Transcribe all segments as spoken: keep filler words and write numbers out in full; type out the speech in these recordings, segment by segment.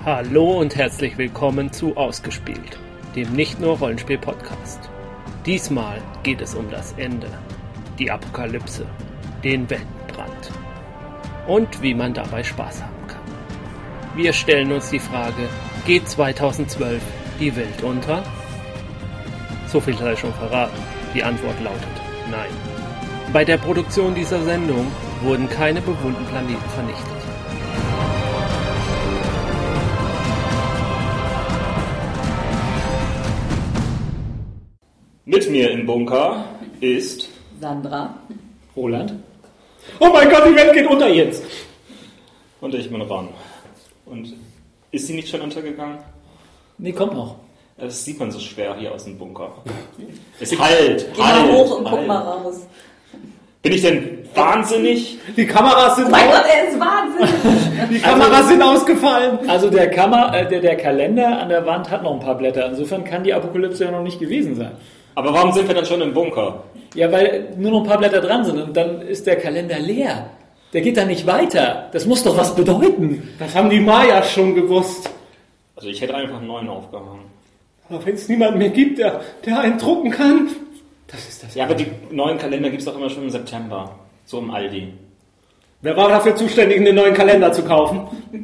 Hallo und herzlich willkommen zu Ausgespielt, dem Nicht-nur-Rollenspiel-Podcast. Diesmal geht es um das Ende, die Apokalypse, den Weltenbrand und wie man dabei Spaß haben kann. Wir stellen uns die Frage, geht zweitausendzwölf die Welt unter? So viel sei schon verraten, die Antwort lautet nein. Bei der Produktion dieser Sendung wurden keine bewohnten Planeten vernichtet. Mit mir im Bunker ist Sandra, Roland. Oh mein Gott, die Welt geht unter jetzt! Und ich bin Ron. Und ist sie nicht schon untergegangen? Nee, kommt noch. Das sieht man so schwer hier aus dem Bunker. Es halt, geh halt, mal hoch und halt. guck mal raus. Bin ich denn wahnsinnig? Die Kameras sind Oh mein aus- Gott, er ist wahnsinnig! Die Kameras sind ausgefallen. Also der, Kammer, äh, der, der Kalender an der Wand hat noch ein paar Blätter. Insofern kann die Apokalypse ja noch nicht gewesen sein. Aber warum sind wir dann schon im Bunker? Ja, weil nur noch ein paar Blätter dran sind und dann ist der Kalender leer. Der geht dann nicht weiter. Das muss doch was bedeuten. Das haben die Mayas schon gewusst. Also ich hätte einfach einen neuen aufgehangen. Aber wenn es niemanden mehr gibt, der, der einen drucken kann, das ist das. Ja, aber die neuen Kalender gibt es doch immer schon im September. So im Aldi. Wer war dafür zuständig, einen neuen Kalender zu kaufen?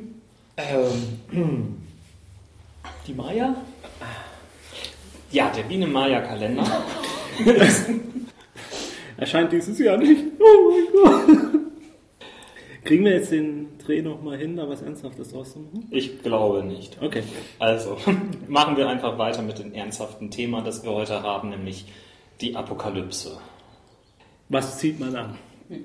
Ähm, die Maya? Ja, der Biene-Maya-Kalender. Erscheint dieses Jahr nicht. Oh mein Gott. Kriegen wir jetzt den Dreh nochmal hin, da was Ernsthaftes draus zu machen? Ich glaube nicht. Okay. Also, machen wir einfach weiter mit dem ernsthaften Thema, das wir heute haben, nämlich die Apokalypse. Was zieht man an?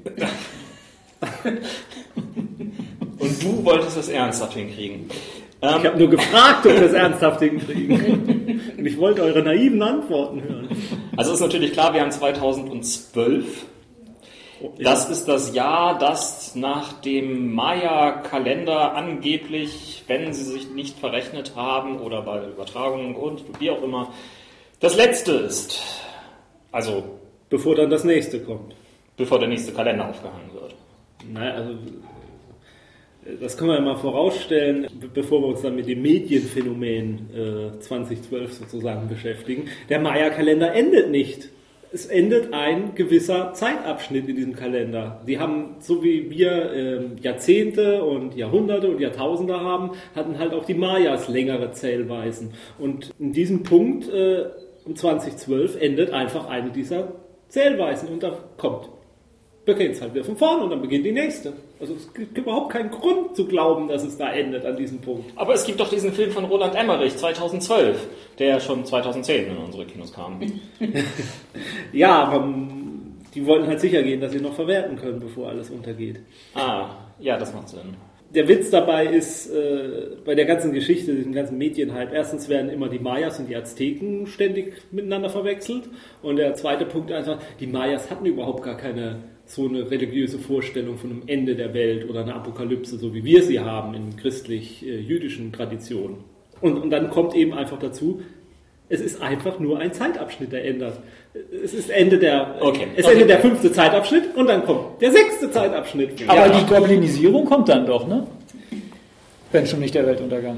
Und du wolltest es ernsthaft hinkriegen. Ähm, Ich habe nur gefragt, ob wir es ernsthaft hinkriegen. Und ich wollte eure naiven Antworten hören. Also ist natürlich klar, wir haben zweitausendzwölf. Das ist das Jahr, das nach dem Maya-Kalender angeblich, wenn sie sich nicht verrechnet haben oder bei Übertragungen und wie auch immer, das letzte ist. Also Bevor dann das nächste kommt. bevor der nächste Kalender aufgehangen wird. Naja, also das können wir ja mal vorausstellen, bevor wir uns dann mit dem Medienphänomen äh, zweitausendzwölf sozusagen beschäftigen. Der Maya-Kalender endet nicht. Es endet ein gewisser Zeitabschnitt in diesem Kalender. Sie haben, so wie wir äh, Jahrzehnte und Jahrhunderte und Jahrtausende haben, hatten halt auch die Mayas längere Zählweisen. Und in diesem Punkt, äh, um zweitausendzwölf, endet einfach eine dieser Zählweisen und da kommt. Beginnt es halt wieder von vorne und dann beginnt die nächste. Also es gibt überhaupt keinen Grund zu glauben, dass es da endet an diesem Punkt. Aber es gibt doch diesen Film von Roland Emmerich, zweitausendzwölf, der schon zweitausendzehn in unsere Kinos kam. Ja, aber mm, die wollten halt sicher gehen, dass sie noch verwerten können, bevor alles untergeht. Ah, ja, das macht Sinn. Der Witz dabei ist, äh, bei der ganzen Geschichte, diesem ganzen Medienhype, erstens werden immer die Mayas und die Azteken ständig miteinander verwechselt und der zweite Punkt einfach, die Mayas hatten überhaupt gar keine so eine religiöse Vorstellung von einem Ende der Welt oder einer Apokalypse, so wie wir sie haben in christlich-jüdischen Traditionen. Und, und dann kommt eben einfach dazu, es ist einfach nur ein Zeitabschnitt, der ändert. Es ist Ende der, Okay. es Okay. endet der fünfte Zeitabschnitt und dann kommt der sechste Zeitabschnitt. Aber Ja. die Goblinisierung kommt dann doch, ne? Wenn schon nicht der Weltuntergang.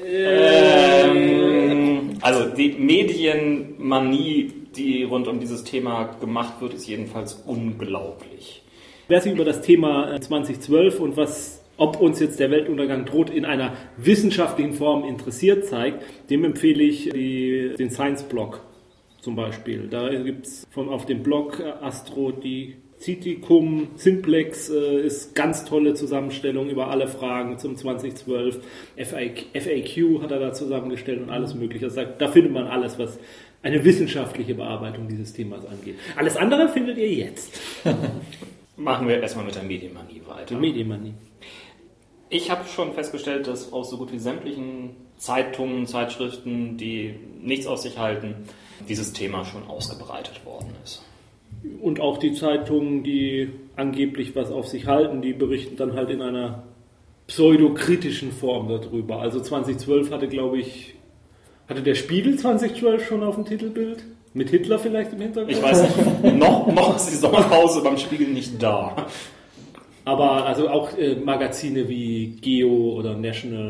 Ähm, also die Medienmanie, die rund um dieses Thema gemacht wird, ist jedenfalls unglaublich. Wer sich über das Thema zweitausendzwölf und was, ob uns jetzt der Weltuntergang droht, in einer wissenschaftlichen Form interessiert zeigt, dem empfehle ich die, den Science-Blog zum Beispiel. Da gibt es auf dem Blog Astrodicticum Simplex äh, ist ganz tolle Zusammenstellung über alle Fragen zum zweitausendzwölf. F A Q hat er da zusammengestellt und alles mögliche. Also da, da findet man alles, was eine wissenschaftliche Bearbeitung dieses Themas angeht. Alles andere findet ihr jetzt. Machen wir erstmal mit der Medienmanie weiter. Die Medienmanie. Ich habe schon festgestellt, dass aus so gut wie sämtlichen Zeitungen, Zeitschriften, die nichts aus sich halten, dieses Thema schon ausgebreitet worden ist. Und auch die Zeitungen, die angeblich was auf sich halten, die berichten dann halt in einer pseudokritischen Form darüber. Also zweitausendzwölf hatte, glaube ich, hatte der Spiegel zweitausendzwölf schon auf dem Titelbild? Mit Hitler vielleicht im Hintergrund? Ich weiß nicht, noch, noch ist die Sommerpause beim Spiegel nicht da. Aber also auch äh, Magazine wie Geo oder National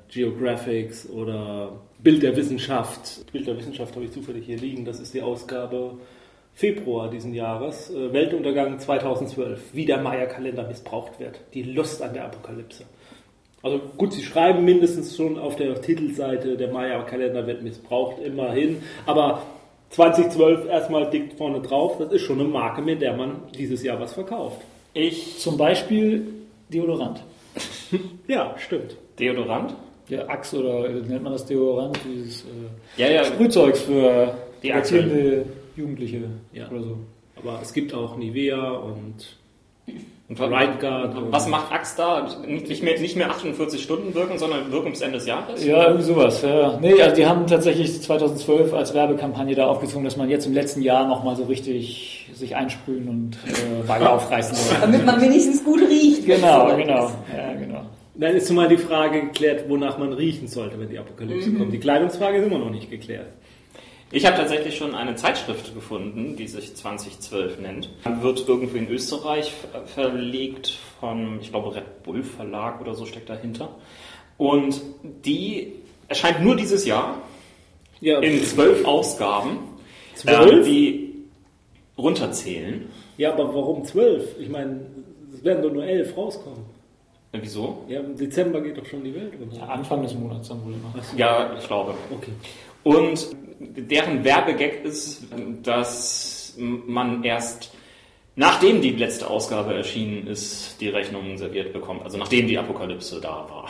Geographics oder Bild der Wissenschaft. Bild der Wissenschaft habe ich zufällig hier liegen. Das ist die Ausgabe Februar diesen Jahres. Äh, Weltuntergang zweitausendzwölf. Wie der Maya-Kalender missbraucht wird. Die Lust an der Apokalypse. Also gut, sie schreiben mindestens schon auf der Titelseite, der Maya-Kalender wird missbraucht, immerhin. Aber zweitausendzwölf erstmal dick vorne drauf, das ist schon eine Marke, mit der man dieses Jahr was verkauft. Ich zum Beispiel Deodorant. Ja, stimmt. Deodorant? Ja, Axe oder nennt man das Deodorant, dieses äh, ja, ja. Sprühzeugs für die erziehende Jugendliche ja. oder so. Aber es gibt auch Nivea und Und Right Guard. Was macht Axe da? Nicht mehr, nicht mehr achtundvierzig Stunden wirken, sondern wirken bis Ende des Jahres? Ja, irgendwie sowas. Ja. Nee, also die haben tatsächlich zweitausendzwölf als Werbekampagne da aufgezogen, dass man jetzt im letzten Jahr nochmal so richtig sich einsprühen und äh, Weiber aufreißen soll. Damit man wenigstens gut riecht. Genau, genau. Ja, genau. Dann ist zumal die Frage geklärt, wonach man riechen sollte, wenn die Apokalypse mhm. kommt. Die Kleidungsfrage ist immer noch nicht geklärt. Ich habe tatsächlich schon eine Zeitschrift gefunden, die sich zweitausendzwölf nennt. Wird irgendwo in Österreich verlegt von, ich glaube, Red Bull Verlag oder so steckt dahinter. Und die erscheint nur dieses Jahr ja. in zwölf Ausgaben, zwölf? Äh, die runterzählen. Ja, aber warum zwölf? Ich meine, es werden doch nur elf rauskommen. Ja, wieso? Ja, im Dezember geht doch schon die Welt runter. Ja, Anfang des Monats dann wohl immer. Ja, ich glaube. Okay. Und deren Werbegag ist, dass man erst nachdem die letzte Ausgabe erschienen ist, die Rechnung serviert bekommt. Also nachdem die Apokalypse da war.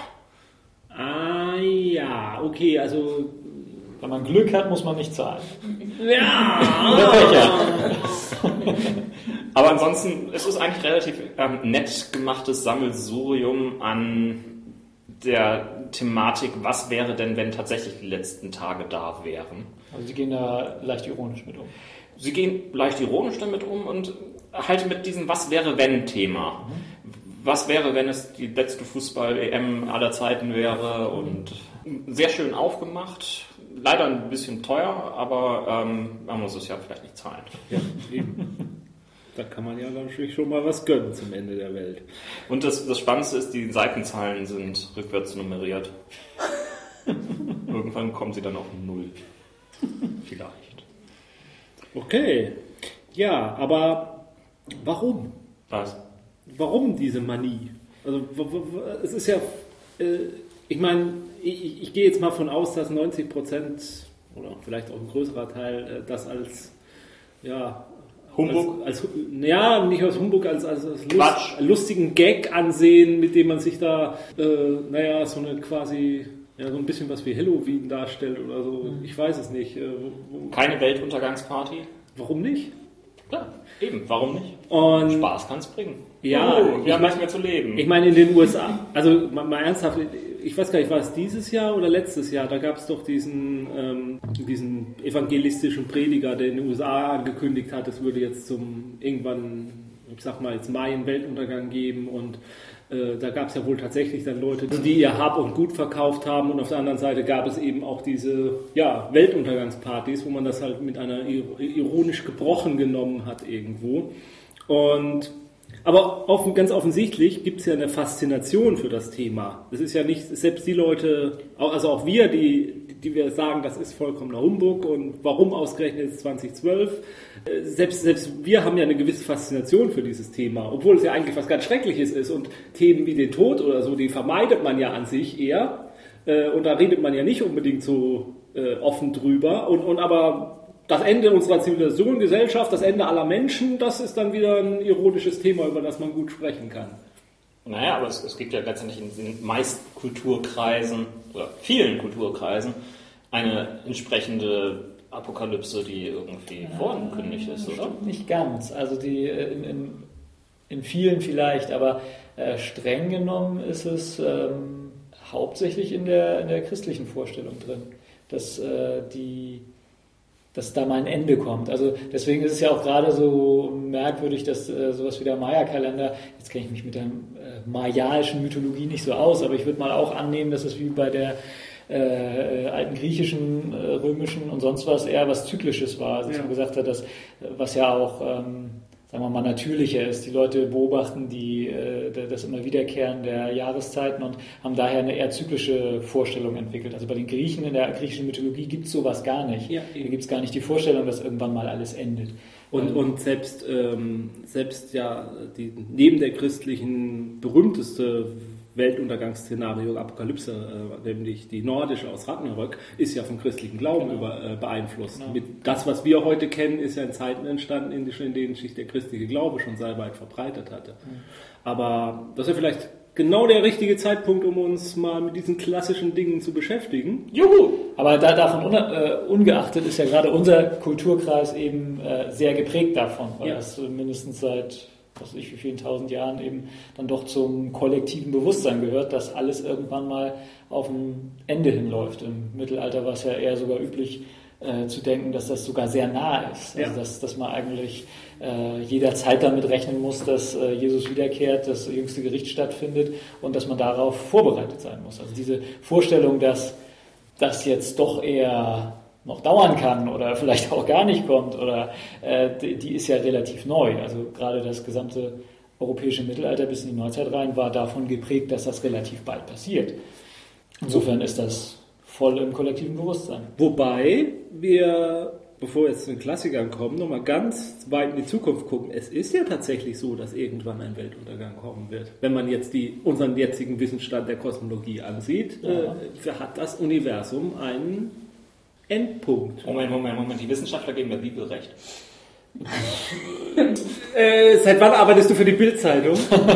Ah ja, okay, also wenn man Glück hat, muss man nicht zahlen. Ja! Oder Pech. Aber ansonsten ist es eigentlich relativ ähm, nett gemachtes Sammelsurium an der Thematik, was wäre denn, wenn tatsächlich die letzten Tage da wären. Also Sie gehen da leicht ironisch mit um. Sie gehen leicht ironisch damit um und halt mit diesem Was-wäre-wenn-Thema. Mhm. Was wäre, wenn es die letzte Fußball-E M aller Zeiten wäre und sehr schön aufgemacht. Leider ein bisschen teuer, aber ähm, man muss es ja vielleicht nicht zahlen. Ja, eben. Da kann man ja natürlich schon mal was gönnen zum Ende der Welt. Und das, das Spannendste ist, die Seitenzahlen sind rückwärts nummeriert. Irgendwann kommen sie dann auf Null. Vielleicht. Okay. Ja, aber warum? Was? Warum diese Manie? Also es ist ja, äh, ich meine, ich, ich gehe jetzt mal von aus, dass neunzig Prozent oder vielleicht auch ein größerer Teil äh, das als, ja, Humbug? Als, als, ja, nicht als Humbug, als, als, als Lust, lustigen Gag ansehen, mit dem man sich da, äh, naja, so eine quasi, ja, so ein bisschen was wie Halloween darstellt oder so. Mhm. Ich weiß es nicht. Äh, wo, Keine Weltuntergangsparty? Warum nicht? Ja, eben, warum nicht? Und Spaß kann es bringen. Ja, oh, wir haben nicht mehr zu leben. Ich meine, in den U S A, also mal, mal ernsthaft, ich weiß gar nicht, war es dieses Jahr oder letztes Jahr, da gab es doch diesen, ähm, diesen evangelistischen Prediger, der in den U S A angekündigt hat, es würde jetzt zum irgendwann, ich sag mal, jetzt Mayen Weltuntergang geben und äh, da gab es ja wohl tatsächlich dann Leute, die ihr Hab und Gut verkauft haben und auf der anderen Seite gab es eben auch diese ja, Weltuntergangspartys, wo man das halt mit einer ironisch gebrochen genommen hat irgendwo. Und aber offen, ganz offensichtlich gibt es ja eine Faszination für das Thema. Es ist ja nicht, selbst die Leute, also auch wir, die, die wir sagen, das ist vollkommener Humbug und warum ausgerechnet jetzt zweitausendzwölf, selbst, selbst wir haben ja eine gewisse Faszination für dieses Thema, obwohl es ja eigentlich was ganz Schreckliches ist und Themen wie den Tod oder so, die vermeidet man ja an sich eher und da redet man ja nicht unbedingt so offen drüber und, und aber das Ende unserer Zivilisation, Gesellschaft, das Ende aller Menschen, das ist dann wieder ein ironisches Thema, über das man gut sprechen kann. Naja, aber es, es gibt ja letztendlich in den meisten Kulturkreisen oder vielen Kulturkreisen eine entsprechende Apokalypse, die irgendwie ja, vorangekündigt ist, oder? Stimmt nicht ganz. Also die in, in, in vielen vielleicht, aber äh, streng genommen ist es ähm, hauptsächlich in der, in der christlichen Vorstellung drin, dass äh, die dass da mal ein Ende kommt. Also deswegen ist es ja auch gerade so merkwürdig, dass äh, sowas wie der Maya-Kalender, jetzt kenne ich mich mit der äh, mayaischen Mythologie nicht so aus, aber ich würde mal auch annehmen, dass es wie bei der äh, alten griechischen, äh, römischen und sonst was eher was Zyklisches war. Also dass man gesagt hat, dass, was ja auch ähm, sagen wir mal, natürlicher ist. Die Leute beobachten die, äh, das immer Wiederkehren der Jahreszeiten und haben daher eine eher zyklische Vorstellung entwickelt. Also bei den Griechen, in der griechischen Mythologie gibt es sowas gar nicht. Ja, da gibt es gar nicht die Vorstellung, dass irgendwann mal alles endet. Und, und selbst, ähm, selbst ja die neben der christlichen berühmteste Weltuntergangsszenario, Apokalypse, äh, nämlich die nordische aus Ragnarök, ist ja vom christlichen Glauben genau. über, äh, beeinflusst. Genau. Mit das, was wir heute kennen, ist ja in Zeiten entstanden, in, in denen sich der christliche Glaube schon sehr weit verbreitet hatte. Mhm. Aber das ist ja vielleicht genau der richtige Zeitpunkt, um uns mal mit diesen klassischen Dingen zu beschäftigen. Juhu! Aber da, davon un, äh, ungeachtet ist ja gerade unser Kulturkreis eben äh, sehr geprägt davon, weil ja. das mindestens seit was weiß ich, wie vielen tausend Jahren eben dann doch zum kollektiven Bewusstsein gehört, dass alles irgendwann mal auf ein Ende hinläuft. Im Mittelalter war es ja eher sogar üblich, äh, zu denken, dass das sogar sehr nah ist. Also ja. dass, dass man eigentlich äh, jederzeit damit rechnen muss, dass äh, Jesus wiederkehrt, das jüngste Gericht stattfindet und dass man darauf vorbereitet sein muss. Also diese Vorstellung, dass das jetzt doch eher noch dauern kann oder vielleicht auch gar nicht kommt, oder äh, die, die ist ja relativ neu. Also gerade das gesamte europäische Mittelalter bis in die Neuzeit rein war davon geprägt, dass das relativ bald passiert. Insofern ist das voll im kollektiven Bewusstsein. Wobei wir, bevor wir jetzt zu den Klassikern kommen, nochmal ganz weit in die Zukunft gucken. Es ist ja tatsächlich so, dass irgendwann ein Weltuntergang kommen wird. Wenn man jetzt die, unseren jetzigen Wissensstand der Kosmologie ansieht, ja. äh, hat das Universum einen Endpunkt. Moment, Moment, Moment. Die Wissenschaftler geben der Bibel recht. äh, seit wann arbeitest du für die Bild-Zeitung?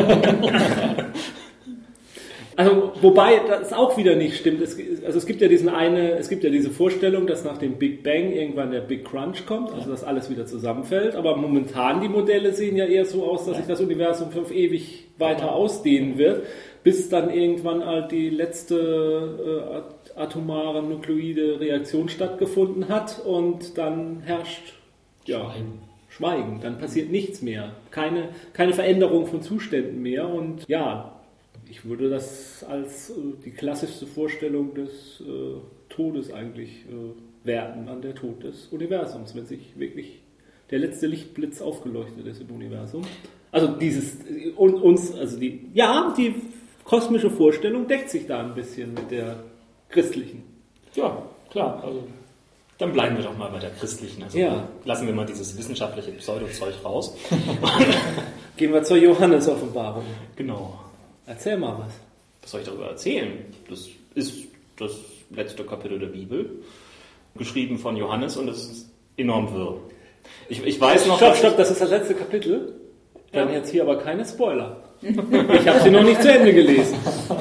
Also, wobei das auch wieder nicht stimmt. Es, also es gibt ja diesen eine, es gibt ja diese Vorstellung, dass nach dem Big Bang irgendwann der Big Crunch kommt, also dass alles wieder zusammenfällt. Aber momentan die Modelle sehen ja eher so aus, dass sich das Universum für ewig weiter ausdehnen wird, bis dann irgendwann halt die letzte äh, atomare nukleide Reaktion stattgefunden hat und dann herrscht ja, Schweigen. Schweigen. Dann passiert nichts mehr. Keine, keine Veränderung von Zuständen mehr. Und ja, ich würde das als äh, die klassischste Vorstellung des äh, Todes eigentlich äh, werten, an der Tod des Universums, wenn sich wirklich der letzte Lichtblitz aufgeleuchtet ist im Universum. Also dieses, und, uns, also die, ja, die kosmische Vorstellung deckt sich da ein bisschen mit der christlichen. Ja, klar. Also dann bleiben wir doch mal bei der christlichen. Also ja. Lassen wir mal dieses wissenschaftliche Pseudozeug raus. Gehen wir zur Johannes-Offenbarung. Genau. Erzähl mal was. Was soll ich darüber erzählen? Das ist das letzte Kapitel der Bibel, geschrieben von Johannes, und es ist enorm wirr. Ich, ich weiß noch... Stopp, stopp, das ist das letzte Kapitel? Dann ja. Jetzt hier aber keine Spoiler. Ich habe sie noch nicht zu Ende gelesen.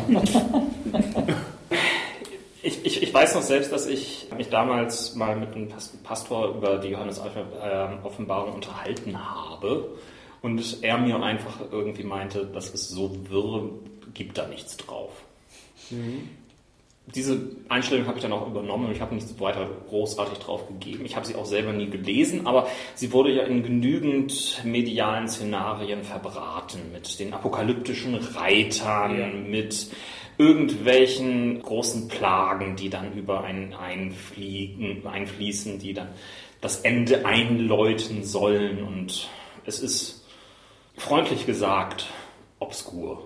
Ich, ich, ich weiß noch selbst, dass ich mich damals mal mit einem Pastor über die Johannes-Offenbarung unterhalten habe und er mir einfach irgendwie meinte, das ist so wirr, gibt da nichts drauf. Mhm. Diese Einstellung habe ich dann auch übernommen und ich habe nichts weiter großartig drauf gegeben. Ich habe sie auch selber nie gelesen, aber sie wurde ja in genügend medialen Szenarien verbraten, mit den apokalyptischen Reitern, ja. mit irgendwelchen großen Plagen, die dann über einen einfliegen, einfließen, die dann das Ende einläuten sollen, und es ist freundlich gesagt obskur.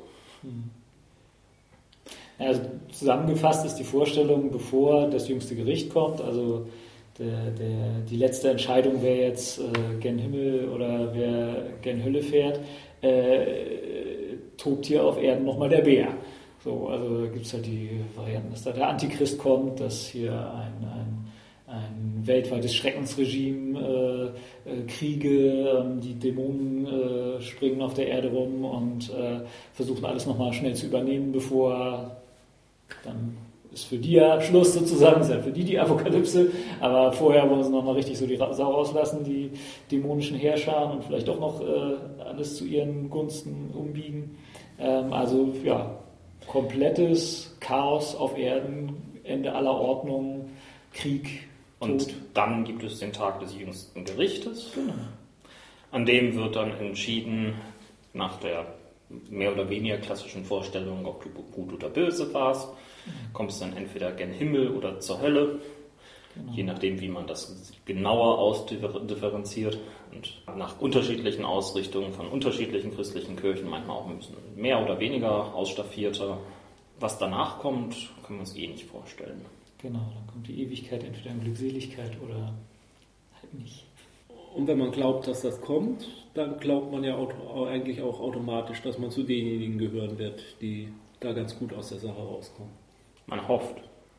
Also zusammengefasst ist die Vorstellung, bevor das jüngste Gericht kommt, also der, der, die letzte Entscheidung, wer jetzt äh, gen Himmel oder wer gen Hölle fährt, äh, tobt hier auf Erden nochmal der Bär. So, also gibt es halt die Varianten, dass da der Antichrist kommt, dass hier ein, ein, ein weltweites Schreckensregime, äh, äh, Kriege, äh, die Dämonen äh, springen auf der Erde rum und äh, versuchen alles nochmal schnell zu übernehmen, bevor dann ist für die ja Schluss sozusagen, ist ja für die die Apokalypse, aber vorher wollen sie nochmal richtig so die Sau rauslassen, die dämonischen Herrscher, und vielleicht doch noch äh, alles zu ihren Gunsten umbiegen. Ähm, also ja, komplettes Chaos auf Erden, Ende aller Ordnung, Krieg, Tod. Und dann gibt es den Tag des jüngsten Gerichtes. Genau. An dem wird dann entschieden, nach der mehr oder weniger klassischen Vorstellung, ob du gut oder böse warst, kommst dann entweder gen Himmel oder zur Hölle. Genau. Je nachdem, wie man das genauer ausdifferenziert und nach unterschiedlichen Ausrichtungen von unterschiedlichen christlichen Kirchen, manchmal auch ein bisschen mehr oder weniger ausstaffierter. Was danach kommt, können wir uns eh nicht vorstellen. Genau, dann kommt die Ewigkeit entweder in Glückseligkeit oder halt nicht. Und wenn man glaubt, dass das kommt, dann glaubt man ja auto- eigentlich auch automatisch, dass man zu denjenigen gehören wird, die da ganz gut aus der Sache rauskommen. Man hofft.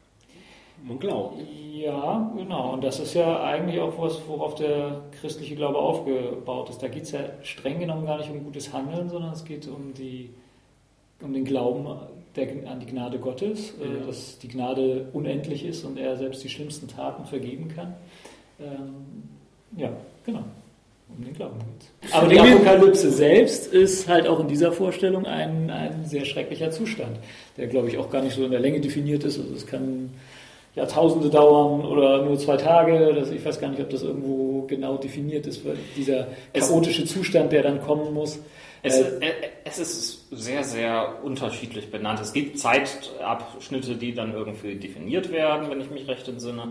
Man glaubt. Ja, genau. Und das ist ja eigentlich auch was, worauf der christliche Glaube aufgebaut ist. Da geht es ja streng genommen gar nicht um gutes Handeln, sondern es geht um, die, um den Glauben der, an die Gnade Gottes, ja. Dass die Gnade unendlich ist und er selbst die schlimmsten Taten vergeben kann. Ähm, ja, genau. Um den Glauben geht's. Aber die Apokalypse selbst ist halt auch in dieser Vorstellung ein, ein sehr schrecklicher Zustand, der, glaube ich, auch gar nicht so in der Länge definiert ist. Also es kann Jahrtausende dauern oder nur zwei Tage. Das, ich weiß gar nicht, ob das irgendwo genau definiert ist, weil dieser chaotische es, Zustand, der dann kommen muss. Es, äh, es ist sehr, sehr unterschiedlich benannt. Es gibt Zeitabschnitte, die dann irgendwie definiert werden, wenn ich mich recht entsinne.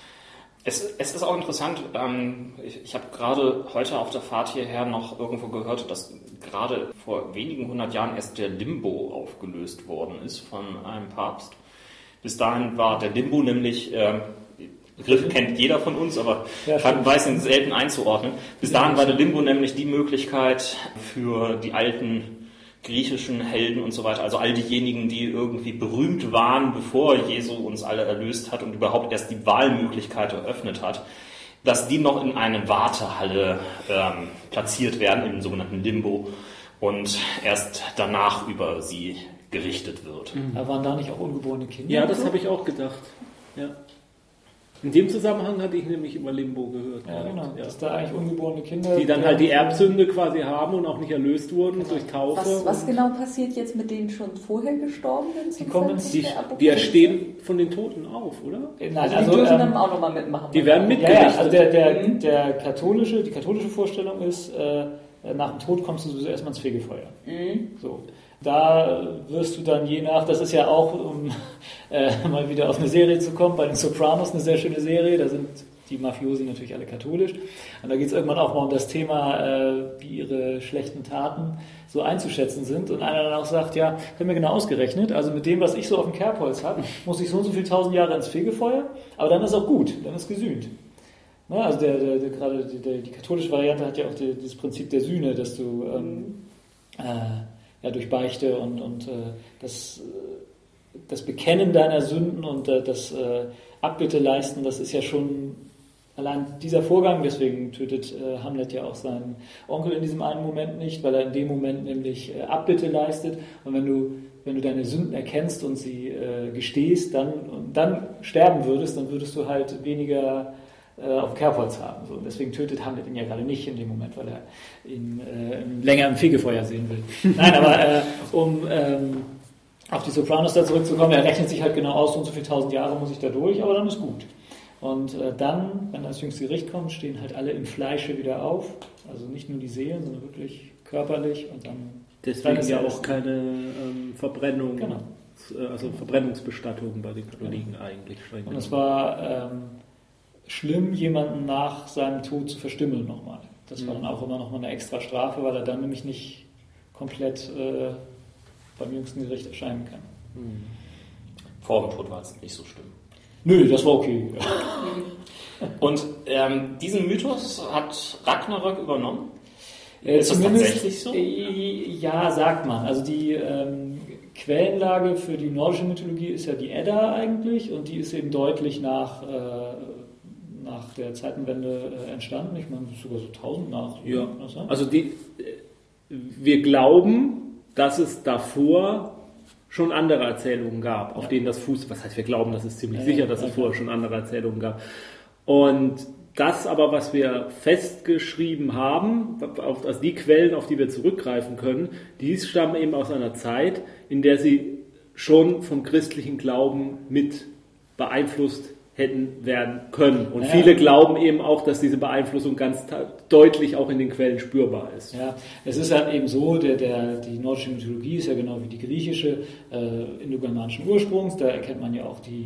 Es, es ist auch interessant, ähm, ich, ich habe gerade heute auf der Fahrt hierher noch irgendwo gehört, dass gerade vor wenigen hundert Jahren erst der Limbo aufgelöst worden ist von einem Papst. Bis dahin war der Limbo nämlich, äh, Begriff kennt jeder von uns, aber ja, kann, weiß ihn selten einzuordnen. Bis dahin war der Limbo nämlich die Möglichkeit für die alten griechischen Helden und so weiter, also all diejenigen, die irgendwie berühmt waren, bevor Jesu uns alle erlöst hat und überhaupt erst die Wahlmöglichkeit eröffnet hat, dass die noch in eine Wartehalle ähm, platziert werden, im sogenannten Limbo, und erst danach über sie gerichtet wird. Mhm. Aber waren da nicht auch ungeborene Kinder? Ja, das habe ich auch gedacht. Ja. In dem Zusammenhang hatte ich nämlich über Limbo gehört. Ja, genau. Ja. Dass da eigentlich ungeborene Kinder... Die dann halt die Erbsünde quasi haben und auch nicht erlöst wurden durch Taufe. Was, was genau passiert jetzt mit denen schon vorher gestorben sind? Die kommen, die, die erstehen von den Toten auf, oder? Nein, also, also die dürfen ähm, dann auch nochmal mitmachen. Die werden mitgerichtet. Ja, ja, also der, der, der katholische, die katholische Vorstellung ist, äh, nach dem Tod kommst du sowieso erstmal ins Fegefeuer. Mhm. So. Da wirst du dann je nach, das ist ja auch, um äh, mal wieder auf eine Serie zu kommen, bei den Sopranos eine sehr schöne Serie, da sind die Mafiosi natürlich alle katholisch. Und da geht es irgendwann auch mal um das Thema, äh, wie ihre schlechten Taten so einzuschätzen sind. Und einer dann auch sagt, ja, ich habe mir genau ausgerechnet, also mit dem, was ich so auf dem Kerbholz habe, muss ich so und so viele tausend Jahre ins Fegefeuer, aber dann ist auch gut, dann ist gesühnt. Na, also der, der, der, gerade die, der, die katholische Variante hat ja auch die, dieses Prinzip der Sühne, dass du... Ähm, äh, ja, durch Beichte und, und äh, das, das Bekennen deiner Sünden und äh, das äh, Abbitte leisten, das ist ja schon allein dieser Vorgang, deswegen tötet äh, Hamlet ja auch seinen Onkel in diesem einen Moment nicht, weil er in dem Moment nämlich äh, Abbitte leistet, und wenn du, wenn du deine Sünden erkennst und sie äh, gestehst, dann, und dann sterben würdest, dann würdest du halt weniger auf dem Kerbholz haben. So. Deswegen tötet Hamlet ihn ja gerade nicht in dem Moment, weil er ihn äh, länger im Fegefeuer sehen will. Nein, aber äh, um ähm, auf die Sopranos da zurückzukommen, er rechnet sich halt genau aus, so und so viele tausend Jahre muss ich da durch, aber dann ist gut. Und äh, dann, wenn das jüngste Gericht kommt, stehen halt alle im Fleische wieder auf. Also nicht nur die Seelen, sondern wirklich körperlich. Und dann deswegen dann ja auch keine ähm, Verbrennung, genau. also Verbrennungsbestattungen bei den Katholiken genau. eigentlich. Und es war ähm, schlimm, jemanden nach seinem Tod zu verstümmeln nochmal. Das war dann auch immer nochmal eine extra Strafe, weil er dann nämlich nicht komplett äh, beim jüngsten Gericht erscheinen kann. Mhm. Vor dem Tod war es nicht so schlimm. Nö, das war okay. Und ähm, diesen Mythos hat Ragnarök übernommen? Äh, ist das tatsächlich so? Äh, ja, sagt man. Also die ähm, Quellenlage für die nordische Mythologie ist ja die Edda eigentlich, und die ist eben deutlich nach... Äh, nach der Zeitenwende äh, entstanden. Ich meine, sogar so tausend nach. Ja. Also die, wir glauben, dass es davor schon andere Erzählungen gab, auf ja. denen das Fuß... Was heißt, wir glauben, das ist ziemlich ja, sicher, dass ja, es vorher schon andere Erzählungen gab. Und das aber, was wir festgeschrieben haben, also die Quellen, auf die wir zurückgreifen können, die stammen eben aus einer Zeit, in der sie schon vom christlichen Glauben mit beeinflusst hätten werden können. Und naja. viele glauben eben auch, dass diese Beeinflussung ganz deutlich auch in den Quellen spürbar ist. Ja, es ist halt eben so, der, der, die nordische Mythologie ist ja genau wie die griechische, äh, indogermanischen Ursprungs. Da erkennt man ja auch die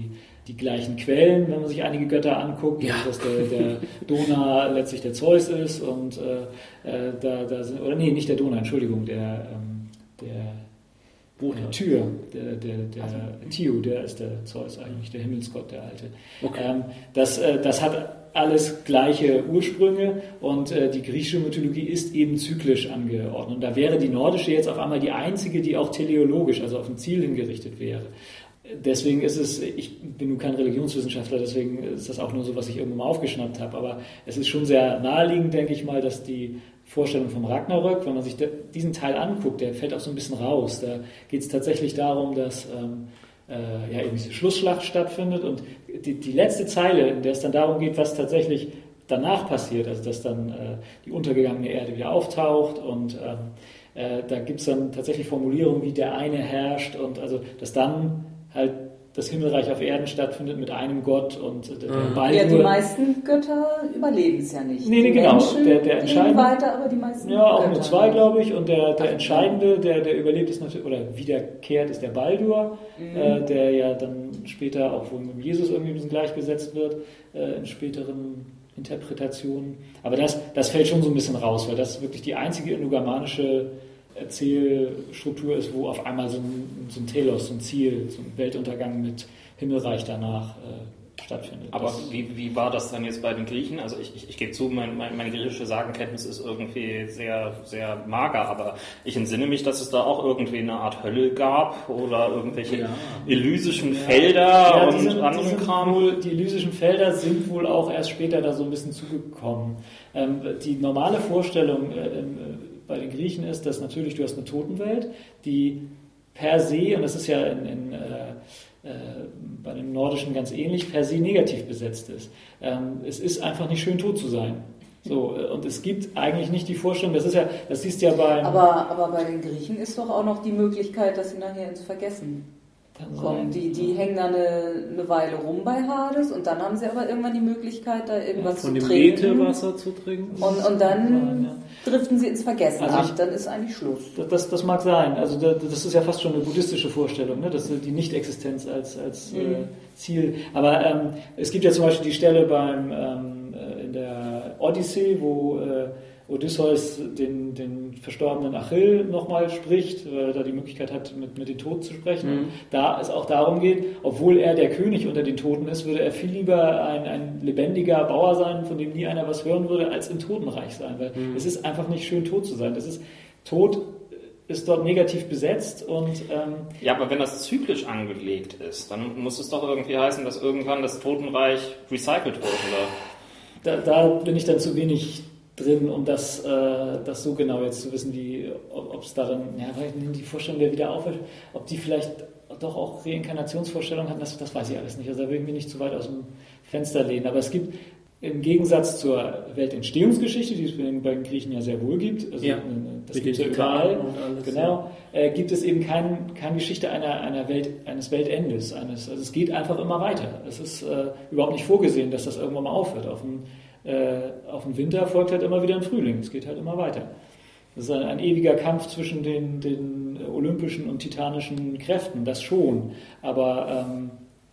die gleichen Quellen, wenn man sich einige Götter anguckt, Ja. dass der, der Donau letztlich der Zeus ist und äh, äh, da, da sind, oder nee, nicht der Donau, Entschuldigung, der, ähm, der Woher? Tyr, der, der, der Tio, der ist der Zeus eigentlich, der Himmelsgott, der Alte. Okay. Ähm, das, äh, das hat alles gleiche Ursprünge und äh, die griechische Mythologie ist eben zyklisch angeordnet. Und da wäre die nordische jetzt auf einmal die einzige, die auch teleologisch, also auf ein Ziel hingerichtet wäre. Deswegen ist es, ich bin nun kein Religionswissenschaftler, deswegen ist das auch nur so, was ich irgendwo mal aufgeschnappt habe, aber es ist schon sehr naheliegend, denke ich mal, dass die Vorstellung vom Ragnarök, wenn man sich diesen Teil anguckt, der fällt auch so ein bisschen raus. Da geht es tatsächlich darum, dass ähm, äh, ja, eben diese Schlussschlacht stattfindet und die, die letzte Zeile, in der es dann darum geht, was tatsächlich danach passiert, also dass dann äh, die untergegangene Erde wieder auftaucht und ähm, äh, da gibt es dann tatsächlich Formulierungen, wie der eine herrscht und also dass dann halt das Himmelreich auf Erden stattfindet mit einem Gott und der, der Mhm. Baldur. Ja, die meisten Götter überleben es ja nicht. Nee, nee, die genau. Menschen Der- der leben entscheidende- weiter, aber die meisten Ja, auch Götter nur zwei, nicht. glaube ich. Und der, der Ach, Entscheidende, der, der überlebt, ist natürlich, oder wiederkehrt, ist der Baldur, Mhm. äh, der ja dann später auch wohl mit Jesus irgendwie ein bisschen gleichgesetzt wird, äh, in späteren Interpretationen. Aber das, das fällt schon so ein bisschen raus, weil das wirklich die einzige indogamanische Erzählstruktur ist, wo auf einmal so ein, so ein Telos, so ein Ziel, so ein Weltuntergang mit Himmelreich danach äh, stattfindet. Aber Das- wie, wie war das dann jetzt bei den Griechen? Also ich, ich, ich gebe zu, mein, mein, meine griechische Sagenkenntnis ist irgendwie sehr, sehr mager, aber ich entsinne mich, dass es da auch irgendwie eine Art Hölle gab oder irgendwelche Ja. elysischen Felder Ja, die und sind, die, anderen sind Kram. wohl, die elysischen Felder sind wohl auch erst später da so ein bisschen zugekommen. Ähm, die normale Vorstellung äh, äh, bei den Griechen ist, dass natürlich du hast eine Totenwelt, die per se, und das ist ja in, in, äh, äh, bei den Nordischen ganz ähnlich, per se negativ besetzt ist. Ähm, es ist einfach nicht schön, tot zu sein. So, äh, und es gibt eigentlich nicht die Vorstellung, das ist ja, das siehst du ja bei Aber, aber bei den Griechen ist doch auch noch die Möglichkeit, dass sie nachher ins Vergessen kommen. Die, die hängen da eine, eine Weile rum bei Hades und dann haben sie aber irgendwann die Möglichkeit, da irgendwas Von zu dem trinken. Ätherwasser zu trinken. Und, und dann driften sie ins Vergessen Also ab. ich- Dann ist eigentlich Schluss. Das, das, das mag sein. Also da- das ist ja fast schon eine buddhistische Vorstellung, ne? Das ist die Nicht-Existenz als, als Mhm. äh, Ziel. Aber ähm, es gibt ja zum Beispiel die Stelle beim, ähm, äh, in der Odyssee, wo äh, Odysseus den, den verstorbenen Achill nochmal spricht, weil er da die Möglichkeit hat, mit, mit den Toten zu sprechen. Mhm. Und da es auch darum geht, obwohl er der König unter den Toten ist, würde er viel lieber ein, ein lebendiger Bauer sein, von dem nie einer was hören würde, als im Totenreich sein. Weil Mhm. es ist einfach nicht schön, tot zu sein. Das ist, Tod ist dort negativ besetzt und ähm, Ja, aber wenn das zyklisch angelegt ist, dann muss es doch irgendwie heißen, dass irgendwann das Totenreich recycelt wird, oder? da, da bin ich dann zu wenig drin, um das, äh, das so genau jetzt zu wissen, wie ob es darin, ja, weil die Vorstellung der wieder auf, ob die vielleicht doch auch Reinkarnationsvorstellungen hatten, das, das weiß ich alles nicht. Also da will ich mich nicht zu weit aus dem Fenster lehnen. Aber es gibt im Gegensatz zur Weltentstehungsgeschichte, die es bei den, bei den Griechen ja sehr wohl gibt, also Ja, eine- das mit gibt es ja den überall, Titanen und alles, genau, äh, gibt es eben kein, keine Geschichte einer, einer Welt, eines Weltendes. Eines, also es geht einfach immer weiter. Es ist äh, überhaupt nicht vorgesehen, dass das irgendwann mal aufhört. Auf dem, äh, auf dem Winter folgt halt immer wieder ein Frühling. Es geht halt immer weiter. Das ist ein, ein ewiger Kampf zwischen den, den olympischen und titanischen Kräften, das schon. Aber ähm,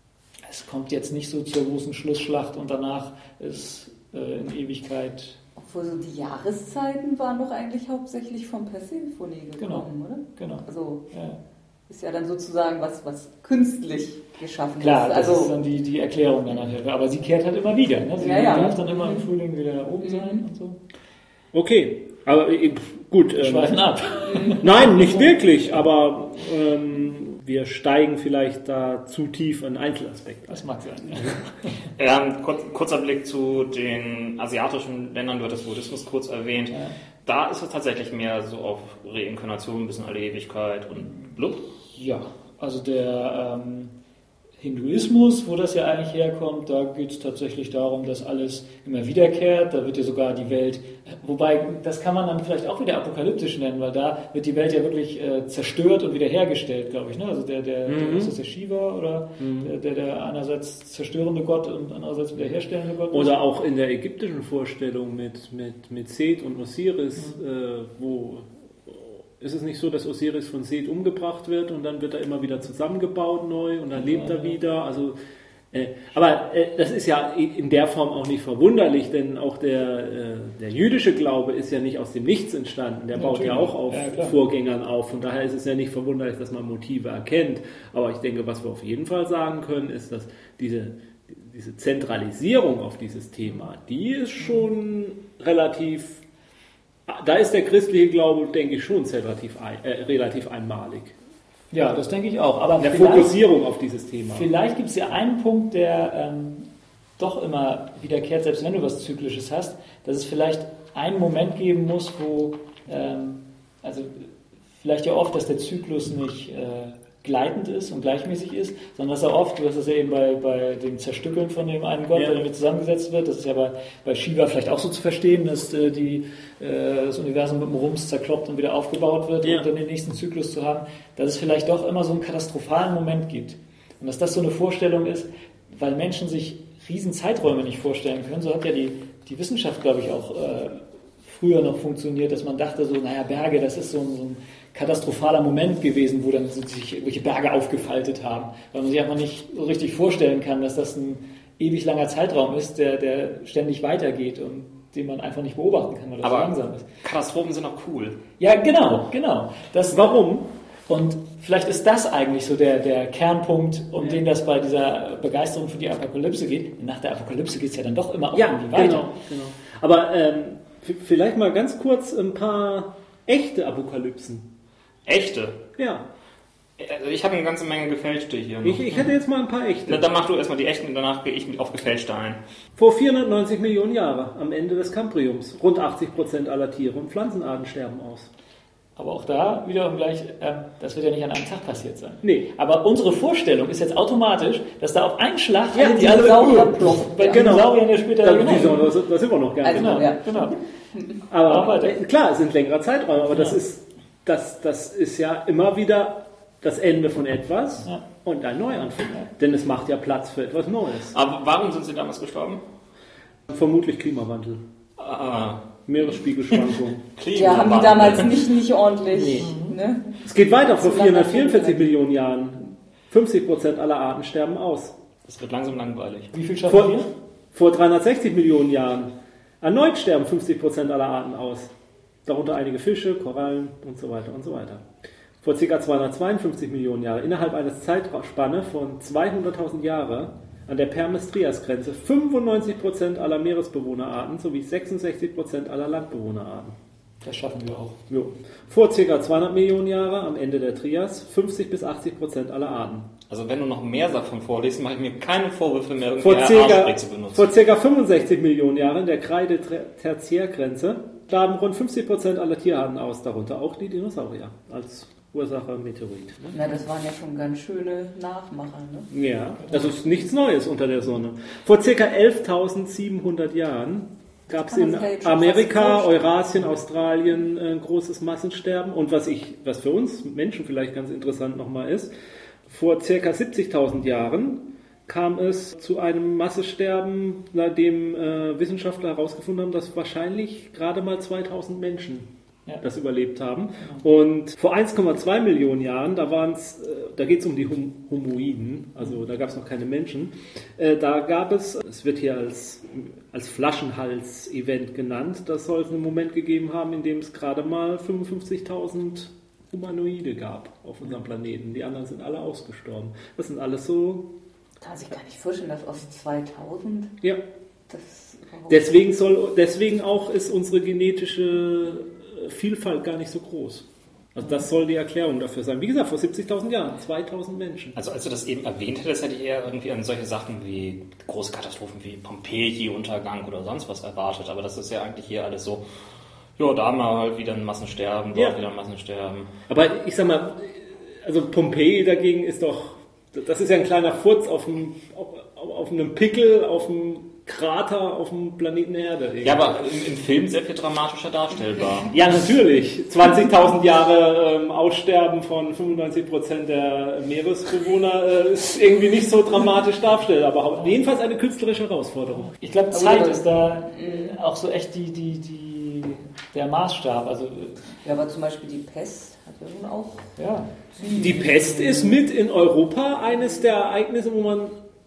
es kommt jetzt nicht so zur großen Schlussschlacht und danach ist äh, in Ewigkeit. Obwohl so die Jahreszeiten waren doch eigentlich hauptsächlich von Persephone gekommen, Genau. oder? Genau. Also Ja. ist ja dann sozusagen was, was künstlich geschaffen Klar, ist. das Also ist dann die, die Erklärung dann nachher. Aber sie kehrt halt immer wieder. Ne? Sie Ja, ja. darf dann immer im Mhm. Frühling wieder oben sein und so. Okay, aber äh, gut. Wir ähm, schweifen ab. Nein, nicht wirklich, aber ähm, wir steigen vielleicht da zu tief in Einzelaspekte. Das mag sein. Ja, ein kurz, kurzer Blick zu den asiatischen Ländern, du hattest Buddhismus kurz erwähnt. Ja. Da ist es tatsächlich mehr so auf Reinkarnation, ein bisschen alle Ewigkeit und blub. Ja, also der ähm, Hinduismus, wo das ja eigentlich herkommt, da geht es tatsächlich darum, dass alles immer wiederkehrt. Da wird ja sogar die Welt, wobei das kann man dann vielleicht auch wieder apokalyptisch nennen, weil da wird die Welt ja wirklich äh, zerstört und wiederhergestellt, glaube ich. Ne? Also der, der, Mhm. der, ist das der Shiva oder Mhm. der, der, der einerseits zerstörende Gott und andererseits wiederherstellende Gott ist? Oder auch in der ägyptischen Vorstellung mit, mit, mit Seth und Osiris, Mhm. äh, wo ist es nicht so, dass Osiris von Seth umgebracht wird und dann wird er immer wieder zusammengebaut neu und dann lebt Ja, er ja. wieder. Also Äh, aber äh, das ist ja in der Form auch nicht verwunderlich, denn auch der, äh, der jüdische Glaube ist ja nicht aus dem Nichts entstanden. Der baut ja auch auf ja, Vorgängern auf. Von daher ist es ja nicht verwunderlich, dass man Motive erkennt. Aber ich denke, was wir auf jeden Fall sagen können, ist, dass diese, diese Zentralisierung auf dieses Thema, die ist schon relativ, da ist der christliche Glaube, denke ich, schon relativ, äh, relativ einmalig. Ja, das denke ich auch. Aber der Fokussierung auf dieses Thema. Vielleicht gibt es ja einen Punkt, der ähm, doch immer wiederkehrt, selbst wenn du was Zyklisches hast, dass es vielleicht einen Moment geben muss, wo, ähm, also vielleicht ja oft, dass der Zyklus nicht äh, gleitend ist und gleichmäßig ist, sondern dass er oft, du hast das ja eben bei, bei dem Zerstückeln von dem einen Gott, ja. der damit zusammengesetzt wird, das ist ja bei, bei Shiva vielleicht auch so zu verstehen, dass äh, die, äh, das Universum mit dem Rums zerkloppt und wieder aufgebaut wird, ja. um dann den nächsten Zyklus zu haben, dass es vielleicht doch immer so einen katastrophalen Moment gibt. Und dass das so eine Vorstellung ist, weil Menschen sich riesen Zeiträume nicht vorstellen können, so hat ja die, die Wissenschaft, glaube ich, auch äh, früher noch funktioniert, dass man dachte so, naja, Berge, das ist so ein, so ein katastrophaler Moment gewesen, wo dann sich irgendwelche Berge aufgefaltet haben, weil man sich einfach nicht so richtig vorstellen kann, dass das ein ewig langer Zeitraum ist, der, der ständig weitergeht und den man einfach nicht beobachten kann, weil das Aber so langsam ist. Katastrophen sind auch cool. Ja, genau, genau. Das, warum? Und vielleicht ist das eigentlich so der, der Kernpunkt, um ja. den das bei dieser Begeisterung für die Apokalypse geht. Nach der Apokalypse geht es ja dann doch immer auch ja, irgendwie weiter. Genau, genau. Aber ähm, f- vielleicht mal ganz kurz ein paar echte Apokalypsen. Echte? Ja. Also ich habe eine ganze Menge gefälschte hier. Ich, ich hätte jetzt mal ein paar echte. Na, dann mach du erstmal die echten und danach gehe ich auf gefälschte ein. Vor vierhundertneunzig Millionen Jahren, am Ende des Kambriums, rund achtzig Prozent aller Tiere und Pflanzenarten sterben aus. Aber auch da wiederum gleich, äh, das wird ja nicht an einem Tag passiert sein. Nee. Aber unsere Vorstellung ist jetzt automatisch, dass da auf einen Schlag ja, die alle Dinosaurier ploppen. Bei genau. Dinosauriern ja später... Da, genau. das, das sind wir noch gar nicht. Also, genau. Ja. genau. Aber, aber äh, klar, es sind längere Zeiträume, aber ja. das ist Das, das ist ja immer wieder das Ende von etwas ja. und ein Neuanfang. Ja. Denn es macht ja Platz für etwas Neues. Aber warum sind sie damals gestorben? Vermutlich Klimawandel. Ah. Meeresspiegelschwankungen. Ja, haben die damals nicht, nicht ordentlich. Nee. Ne? Es geht weiter, vor vierhundertvierundvierzig Millionen Jahren. fünfzig Prozent aller Arten sterben aus. Das wird langsam langweilig. Wie viel schaffen vor, wir? Vor dreihundertsechzig Millionen Jahren. Erneut sterben fünfzig Prozent aller Arten aus. Darunter einige Fische, Korallen und so weiter und so weiter. Vor ca. zweihundertzweiundfünfzig Millionen Jahren, innerhalb eines Zeitspanne von zweihunderttausend Jahren, an der Permis-Trias-Grenze fünfundneunzig Prozent aller Meeresbewohnerarten sowie sechsundsechzig Prozent aller Landbewohnerarten. Das schaffen wir auch. Jo. Vor ca. zweihundert Millionen Jahren, am Ende der Trias, fünfzig bis achtzig Prozent aller Arten. Also wenn du noch mehr davon vorliest, mache ich mir keine Vorwürfe mehr, irgendwie vor Haarspray zu benutzen. Vor ca. fünfundsechzig Millionen Jahren, der Kreide-Tertiärgrenze, starben rund fünfzig Prozent aller Tierarten aus, darunter auch die Dinosaurier, als Ursache Meteorit. Ne? Na, das waren ja schon ganz schöne Nachmacher, ne? Ja, das ist nichts Neues unter der Sonne. Vor ca. elftausendsiebenhundert Jahren gab es in Amerika, Eurasien, Australien ein großes Massensterben. Und was ich, was für uns Menschen vielleicht ganz interessant nochmal ist, vor ca. siebzigtausend Jahren kam es zu einem Massensterben, nachdem äh, Wissenschaftler herausgefunden haben, dass wahrscheinlich gerade mal zweitausend Menschen ja. das überlebt haben. Genau. Und vor eins Komma zwei Millionen Jahren, da waren's, äh, da geht es um die hum- Homoiden, also da gab es noch keine Menschen, äh, da gab es, es wird hier als, als Flaschenhals-Event genannt, das soll es einen Moment gegeben haben, in dem es gerade mal fünfundfünfzigtausend Humanoide gab auf unserem Planeten. Die anderen sind alle ausgestorben. Das sind alles so... Kann sich gar nicht vorstellen, dass aus zweitausend... Ja. Das deswegen, soll, deswegen auch ist unsere genetische Vielfalt gar nicht so groß. Also das soll die Erklärung dafür sein. Wie gesagt, vor siebzigtausend Jahren, zweitausend Menschen. Also als du das eben erwähnt hättest, hätte ich eher irgendwie an solche Sachen wie große Katastrophen wie Pompeji-Untergang oder sonst was erwartet. Aber das ist ja eigentlich hier alles so, ja, da haben wir halt wieder ein Massensterben, dort ja. wieder ein Massensterben. Aber ich sag mal, also Pompeji dagegen ist doch, das ist ja ein kleiner Furz auf einem, auf, auf einem Pickel, auf einem Krater auf dem Planeten Erde. Irgendwie. Ja, aber im, im Film sehr viel dramatischer darstellbar. Ja, natürlich. zwanzigtausend Jahre ähm, Aussterben von fünfundneunzig Prozent der Meeresbewohner äh, ist irgendwie nicht so dramatisch darstellbar, aber jedenfalls eine künstlerische Herausforderung. Ich glaube, Zeit ist da äh, auch so echt die, die, die, der Maßstab. Also, ja, aber zum Beispiel die Pest hat ja nun auch... Ja. Die Pest ist mit in Europa eines der Ereignisse, wo man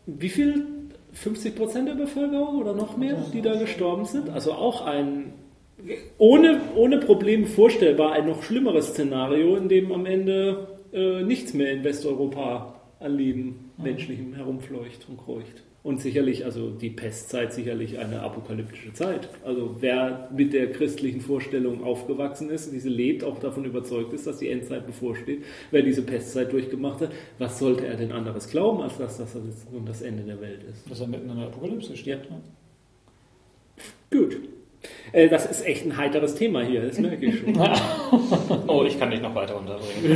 wie viel? fünfzig Prozent der Bevölkerung oder noch mehr, die da gestorben sind? Also auch ein ohne, ohne Probleme vorstellbar ein noch schlimmeres Szenario, in dem am Ende äh, nichts mehr in Westeuropa an Leben menschlichem herumfleucht und kreucht. Und sicherlich, also die Pestzeit sicherlich eine apokalyptische Zeit. Also wer mit der christlichen Vorstellung aufgewachsen ist, diese lebt, auch davon überzeugt ist, dass die Endzeit bevorsteht, wer diese Pestzeit durchgemacht hat, was sollte er denn anderes glauben, als dass das nun das Ende der Welt ist? Dass er mitten in der Apokalypse steht. Ja. Gut. Äh, das ist echt ein heiteres Thema hier, das merke ich schon. Oh, ich kann dich noch weiter unterbringen.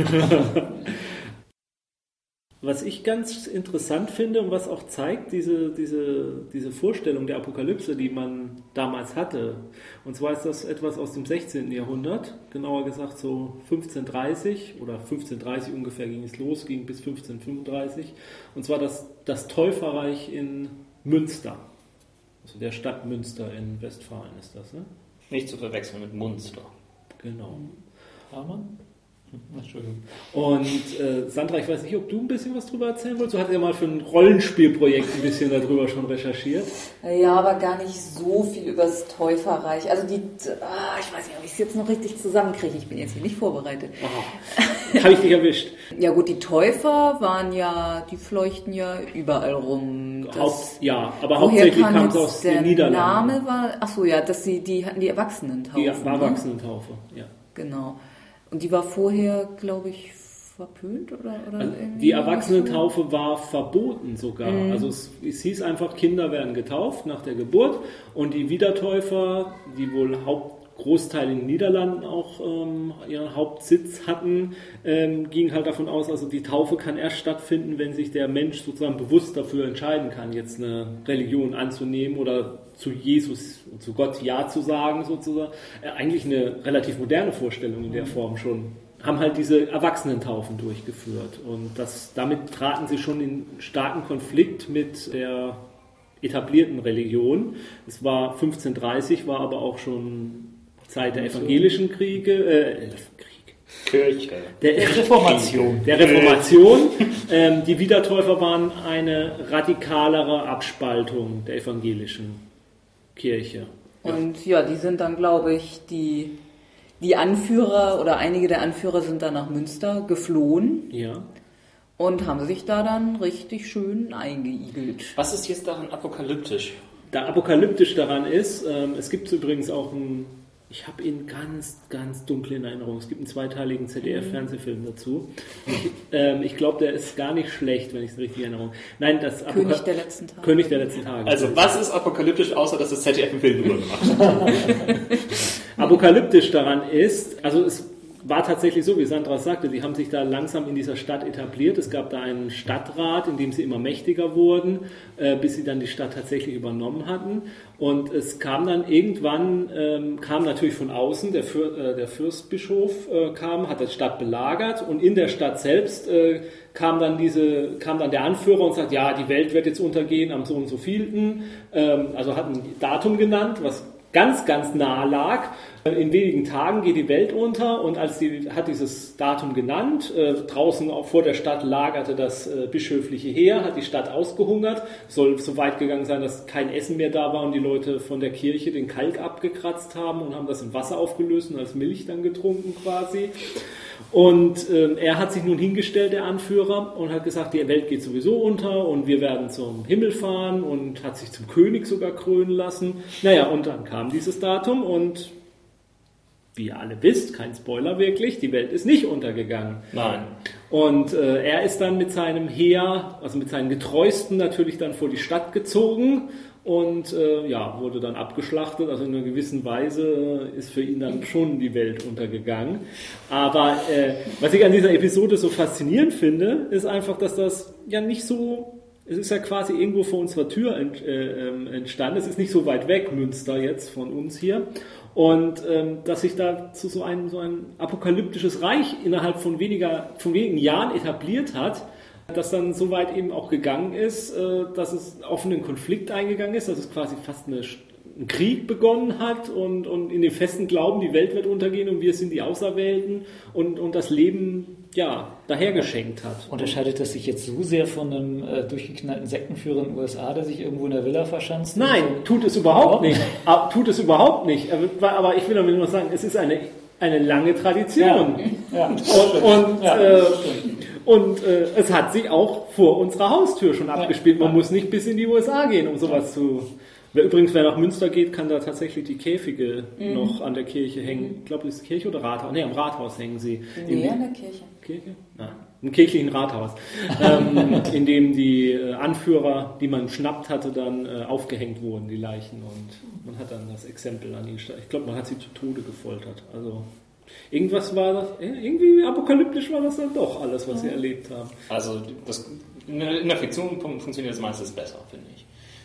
Was ich ganz interessant finde und was auch zeigt, diese, diese, diese Vorstellung der Apokalypse, die man damals hatte. Und zwar ist das etwas aus dem sechzehnten Jahrhundert, genauer gesagt so fünfzehnhundertdreißig oder fünfzehnhundertdreißig ungefähr ging es los, ging bis fünfzehnhundertfünfunddreißig. Und zwar das, das Täuferreich in Münster, also der Stadt Münster in Westfalen ist das, ne? Nicht zu verwechseln mit Munster. Genau. Hamann? Entschuldigung. Und äh, Sandra, ich weiß nicht, ob du ein bisschen was drüber erzählen wolltest. Du hattest ja mal für ein Rollenspielprojekt ein bisschen darüber schon recherchiert. Ja, aber gar nicht so viel über das Täuferreich. Also die, ah, ich weiß nicht, ob ich es jetzt noch richtig zusammenkriege. Ich bin jetzt hier nicht vorbereitet. Oh, habe ich dich erwischt. Ja gut, die Täufer waren ja, die fleuchten ja überall rum. Das, Haupt, ja, aber hauptsächlich kam es aus den Niederlanden. Der Name war, ach so, ja, dass sie, die hatten die Erwachsenentaufe. Die Erwachsenentaufe, ja. Genau. Und die war vorher, glaube ich, verpönt oder, oder also irgendwie? Die Erwachsenentaufe war verboten sogar. Mhm. Also es, es hieß einfach, Kinder werden getauft nach der Geburt und die Wiedertäufer, die wohl Haupt Großteil in den Niederlanden auch ähm, ihren Hauptsitz hatten, ähm, ging halt davon aus, also die Taufe kann erst stattfinden, wenn sich der Mensch sozusagen bewusst dafür entscheiden kann, jetzt eine Religion anzunehmen oder zu Jesus, zu Gott Ja zu sagen sozusagen. Äh, eigentlich eine relativ moderne Vorstellung in der Form schon. Haben halt diese Erwachsenentaufen durchgeführt und das, damit traten sie schon in starken Konflikt mit der etablierten Religion. Es war fünfzehnhundertdreißig, war aber auch schon Zeit der evangelischen Kriege, äh, Krieg. Kirche. Der, der Reformation. Der Reformation. Ähm, die Wiedertäufer waren eine radikalere Abspaltung der evangelischen Kirche. Und ja, die sind dann, glaube ich, die, die Anführer oder einige der Anführer sind dann nach Münster geflohen. Ja. Und haben sich da dann richtig schön eingeigelt. Was ist jetzt daran apokalyptisch? Da apokalyptisch daran ist, ähm, es gibt übrigens auch ein, ich habe ihn ganz, ganz dunkel in Erinnerung, es gibt einen zweiteiligen Z D F-Fernsehfilm dazu. Ich, ähm, ich glaube, der ist gar nicht schlecht, wenn ich es richtig in Erinnerung habe. Nein, das König Apoka- der letzten Tage. König der letzten Tage. Also was ist apokalyptisch, außer dass das Z D F einen Film drüber gemacht? Apokalyptisch daran ist, also es war tatsächlich so, wie Sandra sagte, die haben sich da langsam in dieser Stadt etabliert. Es gab da einen Stadtrat, in dem sie immer mächtiger wurden, äh, bis sie dann die Stadt tatsächlich übernommen hatten. Und es kam dann irgendwann, ähm, kam natürlich von außen, der, Für, äh, der Fürstbischof äh, kam, hat die Stadt belagert und in der Stadt selbst äh, kam dann diese, kam dann der Anführer und sagt, ja, die Welt wird jetzt untergehen am so und so vielten. Ähm, also hat ein Datum genannt, was ganz, ganz nah lag. In wenigen Tagen geht die Welt unter und als die hat dieses Datum genannt, äh, draußen auch vor der Stadt lagerte das äh, bischöfliche Heer, hat die Stadt ausgehungert, soll so weit gegangen sein, dass kein Essen mehr da war und die Leute von der Kirche den Kalk abgekratzt haben und haben das in Wasser aufgelöst und als Milch dann getrunken quasi. Und äh, er hat sich nun hingestellt, der Anführer, und hat gesagt, die Welt geht sowieso unter und wir werden zum Himmel fahren und hat sich zum König sogar krönen lassen. Naja, und dann kam dieses Datum und wie ihr alle wisst, kein Spoiler wirklich, die Welt ist nicht untergegangen. Nein. Und äh, er ist dann mit seinem Heer, also mit seinen Getreuesten natürlich dann vor die Stadt gezogen und äh, ja, wurde dann abgeschlachtet. Also in einer gewissen Weise ist für ihn dann schon die Welt untergegangen. Aber äh, was ich an dieser Episode so faszinierend finde, ist einfach, dass das ja nicht so, es ist ja quasi irgendwo vor unserer Tür ent, äh, entstanden. Es ist nicht so weit weg, Münster jetzt von uns hier. Und ähm, dass sich da zu so ein, so ein apokalyptisches Reich innerhalb von, weniger, von wenigen Jahren etabliert hat, das dann so weit eben auch gegangen ist, äh, dass es auf einen Konflikt eingegangen ist, dass es quasi fast eine, einen Krieg begonnen hat und, und in dem festen Glauben, die Welt wird untergehen und wir sind die Auserwählten und, und das Leben ja, dahergeschenkt hat. Unterscheidet das sich jetzt so sehr von einem äh, durchgeknallten Sektenführer in den U S A, der sich irgendwo in der Villa verschanzt? Nein, tut es überhaupt nicht. Ah, tut es überhaupt nicht. Aber ich will damit nur sagen, es ist eine, eine lange Tradition. Ja. Ja. Und, und, ja, äh, und äh, es hat sich auch vor unserer Haustür schon abgespielt. Man ja. muss nicht bis in die U S A gehen, um sowas zu... Wer übrigens, wer nach Münster geht, kann da tatsächlich die Käfige mhm. noch an der Kirche hängen. Ich glaube, das ist Kirche oder Rathaus? Ne, am Rathaus hängen sie. Nee, in an der Kirche. Kirche? Nein, im kirchlichen Rathaus. ähm, in dem die äh, Anführer, die man geschnappt hatte, dann äh, aufgehängt wurden, die Leichen. Und man hat dann das Exempel an ihnen. Ich glaube, man hat sie zu Tode gefoltert. Also irgendwas war das, irgendwie apokalyptisch war das dann doch alles, was sie erlebt haben. Also das, in der Fiktion funktioniert das meistens besser, finde ich.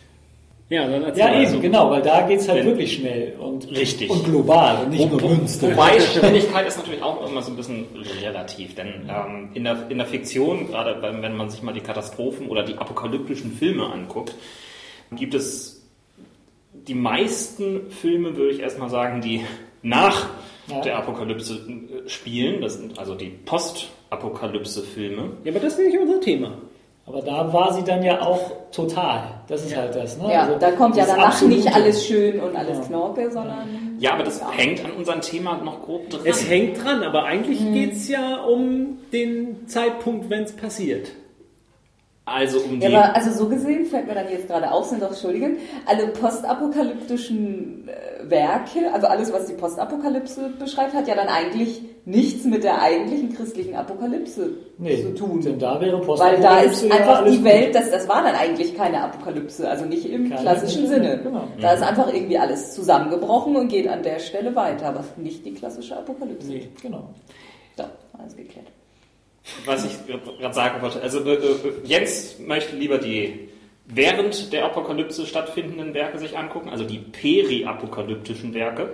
Ja, dann ja eben, also, genau, weil da geht es halt wirklich schnell und, richtig. und global und nicht Wo, nur Münster. Wobei Schnelligkeit ist natürlich auch immer so ein bisschen relativ, denn ähm, in, der, in der Fiktion, gerade wenn man sich mal die Katastrophen oder die apokalyptischen Filme anguckt, gibt es die meisten Filme, würde ich erstmal sagen, die nach ja. der Apokalypse spielen, das sind also die Post-Apokalypse-Filme. Ja, aber das ist nicht unser Thema. Aber da war sie dann ja auch total. Das ist ja. halt das. Ne? Ja, also, da kommt ja danach Absolute. nicht alles schön und alles ja. Knorke, sondern... Ja, aber das ja. hängt an unserem Thema noch grob dran. Es hängt dran, aber eigentlich hm. geht es ja um den Zeitpunkt, wenn es passiert. Also um die... Ja, aber also so gesehen fällt mir dann jetzt gerade auf, sind doch, Entschuldigung, alle postapokalyptischen äh, Werke, also alles, was die Postapokalypse beschreibt, hat ja dann eigentlich nichts mit der eigentlichen christlichen Apokalypse nee, zu tun. Denn da wäre Weil da ist ja einfach die gut. Welt, das, das war dann eigentlich keine Apokalypse, also nicht im keine klassischen Sinne. Genau. Da ist einfach irgendwie alles zusammengebrochen und geht an der Stelle weiter, aber nicht die klassische Apokalypse. Nee, genau. So, alles geklärt. Was ich gerade sagen wollte, also äh, Jens möchte lieber die während der Apokalypse stattfindenden Werke sich angucken, also die peri-apokalyptischen Werke.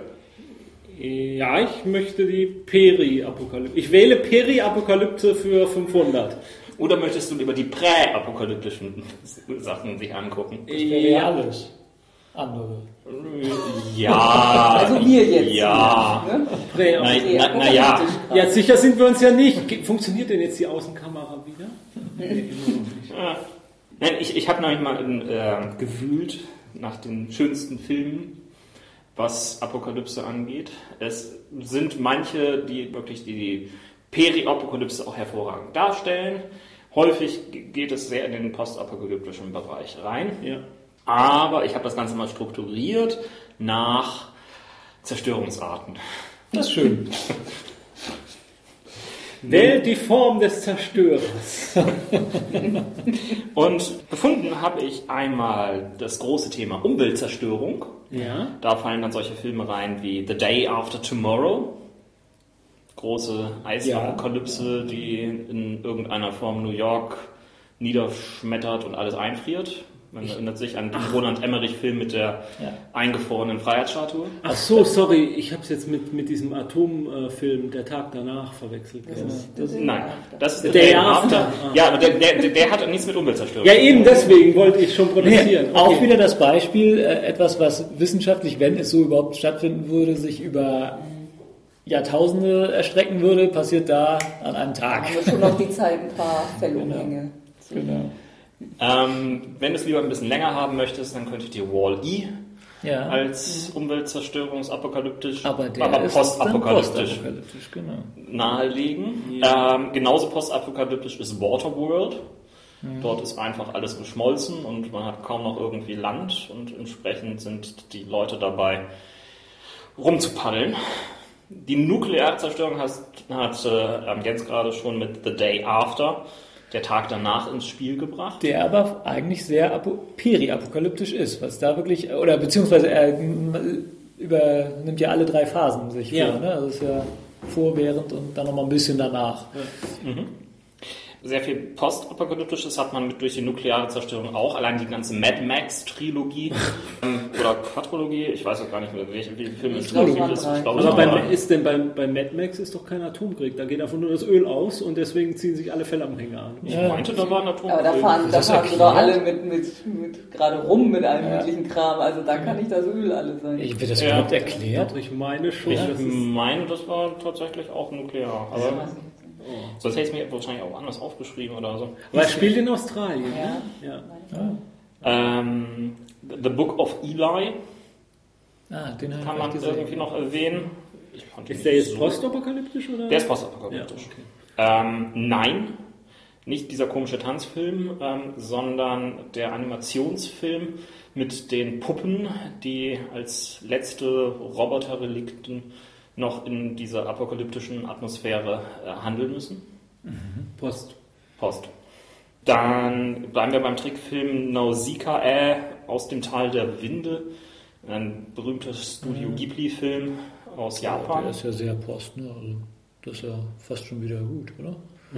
Ja, ich möchte die Peri-Apokalypse. Ich wähle Peri-Apokalypse für fünfhundert. Oder möchtest du lieber die prä-apokalyptischen Sachen sich angucken? Das wäre ja alles andere. Ja. Also wir jetzt. Ja. Hier, ne? Na, na, na ja. Ja, sicher sind wir uns ja nicht. Funktioniert denn jetzt die Außenkamera wieder? Nee, ja. Nein, ich, ich habe nämlich mal in, äh, gewühlt nach den schönsten Filmen, was Apokalypse angeht. Es sind manche, die wirklich die, die Peri-Apokalypse auch hervorragend darstellen. Häufig geht es sehr in den postapokalyptischen Bereich rein. Ja. Aber ich habe das Ganze mal strukturiert nach Zerstörungsarten. Das ist schön. Wählt die Form des Zerstörers. Und gefunden habe ich einmal das große Thema Umweltzerstörung. Ja. Da fallen dann solche Filme rein wie The Day After Tomorrow. Große Eisapokalypse, ja. die in irgendeiner Form New York niederschmettert und alles einfriert. Man erinnert sich an den Roland Emmerich-Film mit der ja. eingefrorenen Freiheitsstatue. Ach so, sorry, ich habe es jetzt mit, mit diesem Atomfilm Der Tag danach verwechselt. Das ist, das ist Nein, das ist der Day After. After. Ja, aber der, der, der hat nichts mit Umweltzerstörung. Ja, eben deswegen wollte ich schon protestieren. Nee, auch okay. Wieder das Beispiel, äh, etwas, was wissenschaftlich, wenn es so überhaupt stattfinden würde, sich über Jahrtausende erstrecken würde, passiert da an einem Tag. Da haben wir schon noch die Zeit, ein paar Fällumhänge. Genau. genau. Ähm, wenn du es lieber ein bisschen länger haben möchtest, dann könnte ich dir Wall-E ja. als umweltzerstörungsapokalyptisch, aber, der aber ist postapokalyptisch postapokalyptisch, genau. nahelegen. Ja. Ähm, genauso postapokalyptisch ist Waterworld. Mhm. Dort ist einfach alles geschmolzen und man hat kaum noch irgendwie Land und entsprechend sind die Leute dabei rumzupaddeln. Die nukleare Zerstörung hat, hat äh, Jens gerade schon mit The Day After, der Tag danach, ins Spiel gebracht. Der aber eigentlich sehr apo- peri-apokalyptisch ist, was da wirklich, oder beziehungsweise er übernimmt ja alle drei Phasen sich ja. vor. Ne? Also es ist ja vor, während und dann nochmal ein bisschen danach. Ja. Mhm. Sehr viel Postapokalyptisches hat man mit durch die nukleare Zerstörung auch. Allein die ganze Mad Max-Trilogie ähm, oder Quadrologie, ich weiß auch gar nicht mehr, welche, welche Filme es glaube, gibt. es waren Aber bei, ist denn bei, bei Mad Max ist doch kein Atomkrieg, da geht einfach nur das Öl aus und deswegen ziehen sich alle Fällanhänger an. Ich ja. meinte, da war ein Atomkrieg. Aber da fahren, da fahren sie doch alle mit, mit, mit gerade rum mit allem ja. möglichen Kram, also da kann nicht das Öl alle sein. Ich will das ja. überhaupt erklärt. Doch, ich meine schon. Ich das meine, das war tatsächlich auch nuklear. Aber Sonst hätte ich es mir wahrscheinlich auch anders aufgeschrieben oder so. Aber es spielt in Australien. Ja. Ne? Ja. Ähm, The Book of Eli Ah, den habe kann ich man gesehen. irgendwie noch erwähnen. Ich konnte Ist nicht der jetzt so- postapokalyptisch oder? Der ist postapokalyptisch. Ja, Ähm, nein, nicht dieser komische Tanzfilm, ähm, sondern der Animationsfilm mit den Puppen, die als letzte Roboterrelikten noch in dieser apokalyptischen Atmosphäre äh, handeln müssen. Post. Post. Dann bleiben wir beim Trickfilm Nausicaa aus dem Tal der Winde, ein berühmter Studio Ghibli-Film aus Japan. Der ist ja sehr Post, ne? Also, das ist ja fast schon wieder gut, oder?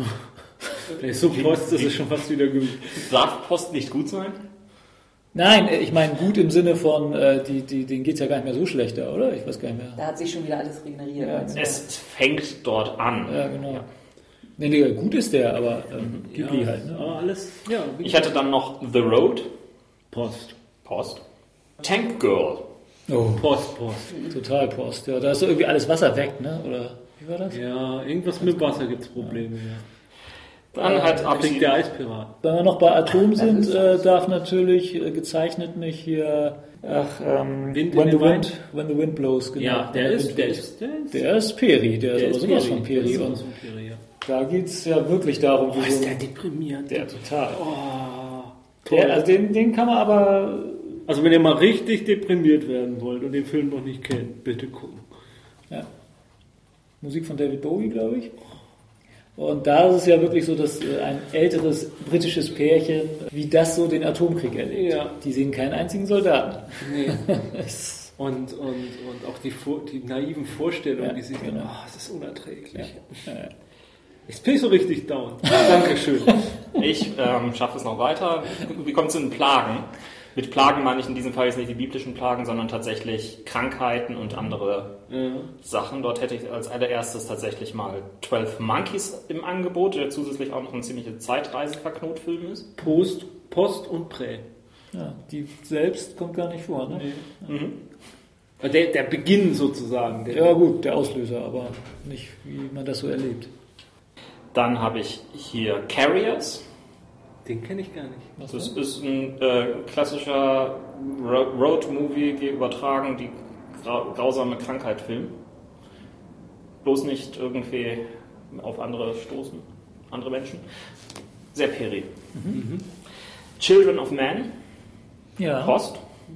Der ist so Post, das ist schon fast wieder gut. Darf Post nicht gut sein? Nein, äh, ich meine gut im Sinne von, äh, die, die, denen geht es ja gar nicht mehr so schlechter, oder? Ich weiß gar nicht mehr. Da hat sich schon wieder alles regeneriert. Ja. meinst du? Es fängt dort an. Ja, genau. Nee, nee, gut ist der, aber ähm, Ghibli Ja, halt, ne? Aber alles, ja. wie Ich hätte dann noch The Road, Post. Post, Tank Girl, Oh, Post, Post. total Post. Ja, da ist so irgendwie alles Wasser weg, ne? Oder wie war das? Ja, irgendwas mit Wasser gibt es Probleme. Ja. dann halt Kriegt Abschied. der Eispirat. Wenn wir noch bei Atom sind, äh, darf natürlich äh, gezeichnet nicht hier, ach, ähm, Wind in when, den the Wein? wind, when the Wind blows, genau. Ja, der Wenn ist, Wind der blows. ist, der ist, Der ist Peri, der, der ist ist aber sowas Peri. von Der Peri. ist Und sowas von Peri, ja. da geht es ja wirklich darum, Boah, wie ist so der ein, deprimierend. der total. Oh, Der, toll. also den, den kann man aber, Also wenn ihr mal richtig deprimiert werden wollt und den Film noch nicht kennt, bitte gucken. ja, Musik von David Bowie, glaube ich. Und da ist es ja wirklich so, dass äh, ein älteres britisches Pärchen, wie das so den Atomkrieg erlebt. Ja. Die sehen keinen einzigen Soldaten. Nee. Und, und, und auch die, Vor- die naiven Vorstellungen, Ja, die sich genau. dann, oh, das ist unerträglich. Ja. Jetzt bin ich so richtig down. Dankeschön. Ich ähm, schaffe es noch weiter. Wie kommt es zu den Plagen? Mit Plagen meine ich in diesem Fall jetzt nicht die biblischen Plagen, sondern tatsächlich Krankheiten und andere Ja. Sachen. Dort hätte ich als allererstes tatsächlich mal zwölf Monkeys im Angebot, der zusätzlich auch noch ein ziemlicher Zeitreiseverknotfilm ist. Post, Post und Prä. Ja, die selbst kommt gar nicht vor, ne? Der, der Beginn sozusagen. Der, Ja gut, der Auslöser, aber nicht, wie man das so erlebt. Dann habe ich hier Carriers. Den kenne ich gar nicht. Was Das denn? ist ein äh, klassischer Ro- Road-Movie, die übertragen die grau grausame Krankheit-Film. Bloß nicht irgendwie auf andere stoßen, andere Menschen. Sehr peri. Children of Man, Ja. Post.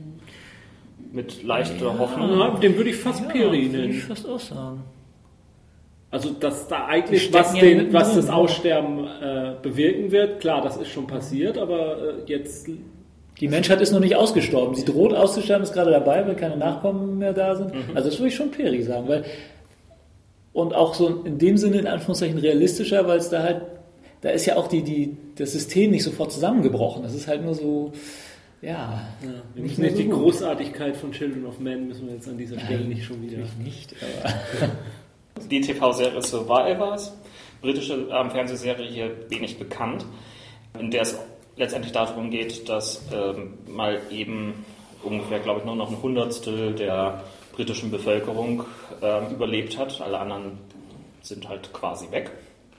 Mit leichter Ja. Hoffnung. Ja, den würde ich fast Ja, Peri würde ich nennen. fast auch sagen. Also, dass da eigentlich Die was, stecken ja den, mittendrin, was das ja. Aussterben äh, bewirken wird, klar, das ist schon passiert, aber äh, jetzt Die Menschheit ist noch nicht ausgestorben. Sie droht auszusterben, ist gerade dabei, weil keine Nachkommen mehr da sind. Also das würde ich schon Peri sagen. Weil, und auch so in dem Sinne in Anführungszeichen realistischer, weil es da halt, da ist ja auch die, die, das System nicht sofort zusammengebrochen. Das ist halt nur so, ja, Ja, wir nicht müssen mehr nicht so die gut. Großartigkeit von Children of Men müssen wir jetzt an dieser Stelle nicht schon wieder. Natürlich nicht, aber Die T V-Serie Survivors, britische ähm, Fernsehserie, hier wenig bekannt, in der es letztendlich darum geht, dass ähm, mal eben ungefähr, glaube ich, nur noch ein Hundertstel der britischen Bevölkerung ähm, überlebt hat. Alle anderen sind halt quasi weg.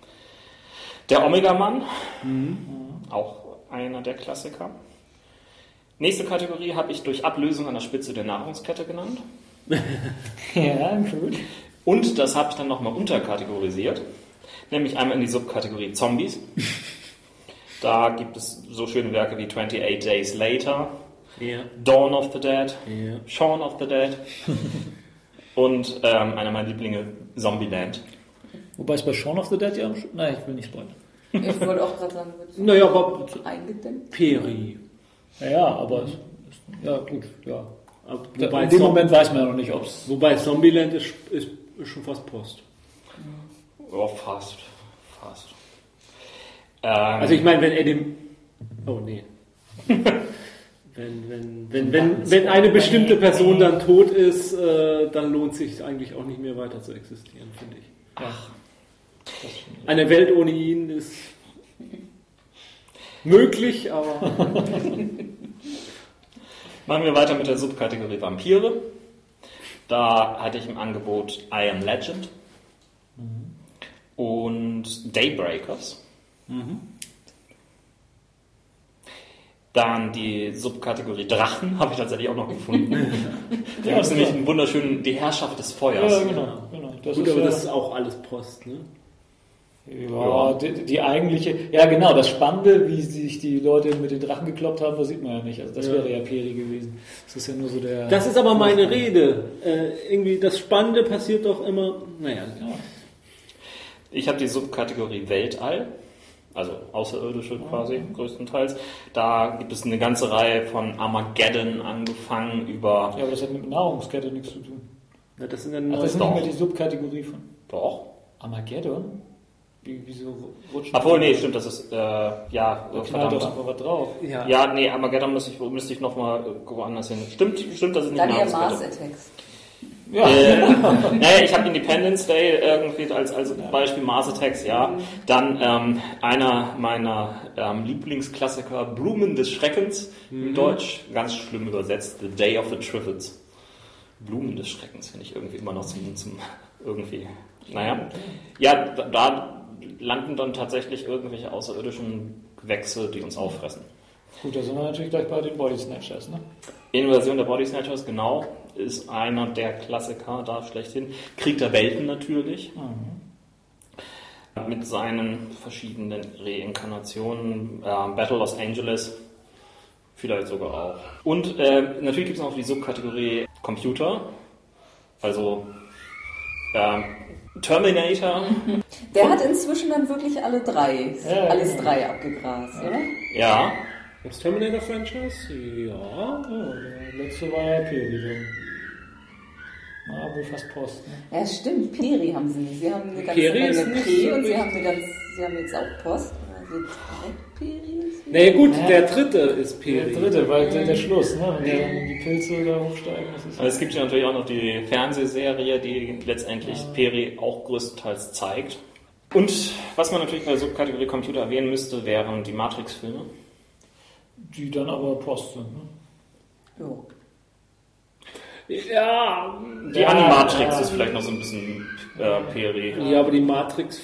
Der Omega-Mann, auch einer der Klassiker. Nächste Kategorie habe ich durch Ablösung an der Spitze der Nahrungskette genannt. ja, gut. Und das habe ich dann nochmal unterkategorisiert, nämlich einmal in die Subkategorie Zombies. Da gibt es so schöne Werke wie twenty-eight Days Later, Ja. Dawn of the Dead, Ja. Shaun of the Dead und ähm, einer meiner Lieblinge, Zombieland. Wobei es bei Shaun of the Dead ja, nein, ich will nicht spoilern. Ich wollte auch gerade sagen, wird Naja, aber eingedämmt. Peri. Ja, ja, aber es, es, ja gut, ja. Aber Da, Wobei, in dem Zom- Moment weiß man ja noch nicht, ob es. wobei Zombieland ist, ist, ist schon fast Post. Oh, fast, fast. Ähm, Also ich meine, wenn er dem... Oh nee. wenn, wenn, wenn, wenn, wenn eine bestimmte Person dann tot ist, äh, dann lohnt es sich eigentlich auch nicht mehr weiter zu existieren, finde ich. Ach, Eine Welt ohne ihn ist möglich, aber... machen wir weiter mit der Subkategorie Vampire. Da hatte ich im Angebot I Am Legend, und Daybreakers. Mhm. Dann die Subkategorie Drachen habe ich tatsächlich auch noch gefunden. Da gibt es nämlich einen wunderschönen, die Herrschaft des Feuers. Ja, genau. genau. Das Gut, ist aber ja, das ist auch alles Post, ne? Ja, die, die eigentliche, ja genau, das Spannende, wie sich die Leute mit den Drachen gekloppt haben, das sieht man ja nicht. Also das Ja. wäre ja Peri gewesen. Das ist ja nur so der... Das ist aber meine Rede. Äh, irgendwie das Spannende passiert doch immer, naja. Ja. Ich habe die Subkategorie Weltall, also Außerirdische quasi größtenteils. Da gibt es eine ganze Reihe von Armageddon angefangen über... ja, aber das hat mit Nahrungskette nichts zu tun. Ja, das sind dann Ach, das ist doch. nicht mehr die Subkategorie von Doch. Armageddon? Wie, wieso rutschen Obwohl, nee, stimmt, das ist, äh, ja, Da knallt verdammt. doch einfach was drauf. ja. Ja, nee, Armageddon müsste ich, müsste ich nochmal woanders hin. Stimmt, stimmt, das ist nicht Dann eher Namensgeld. Mars Attacks. Ja. Äh, naja, ich habe Independence Day irgendwie als, als Beispiel, Mars Attacks, ja. Dann ähm, einer meiner ähm, Lieblingsklassiker, Blumen des Schreckens, Mhm. im Deutsch, ganz schlimm übersetzt, The Day of the Triffids. Blumen des Schreckens finde ich irgendwie immer noch zum, zum irgendwie, naja. Ja, da, da landen dann tatsächlich irgendwelche außerirdischen Gewächse, die uns auffressen. Gut, da sind wir natürlich gleich bei den Body Snatchers, ne? Invasion der Body Snatchers, genau, ist einer der Klassiker da schlechthin. Krieg der Welten natürlich. Mit seinen verschiedenen Reinkarnationen. Äh, Battle Los Angeles, vielleicht sogar auch. Und äh, natürlich gibt es noch die Subkategorie Computer, also ähm, Terminator. Der hat inzwischen dann wirklich alle drei, Ja, alles genau. drei abgegrast, oder? Ja, Das Terminator-Franchise? Ja. Ja, der letzte war ja Peri. dann. Na, wohl fast Post, ne? Ja, stimmt, Peri haben sie nicht. Sie haben eine ganze Peri ist Menge nicht Pre so und sie richtig. haben, eine ganz, sie haben jetzt auch Post. Also drei Peris? Nee, gut, Ja. der dritte ist Der Peri. dritte, weil der, der Schluss, ne? Wenn die dann die Pilze da hochsteigen, das ist... aber es gibt ja natürlich auch noch die Fernsehserie, die letztendlich Peri auch größtenteils zeigt. Und was man natürlich bei der Subkategorie Computer erwähnen müsste, wären die Matrix-Filme. Die dann aber Post sind, ne? Jo. Ja, Die Ja, Animatrix ja. ist vielleicht noch so ein bisschen äh, Peri. ja, aber die Matrix.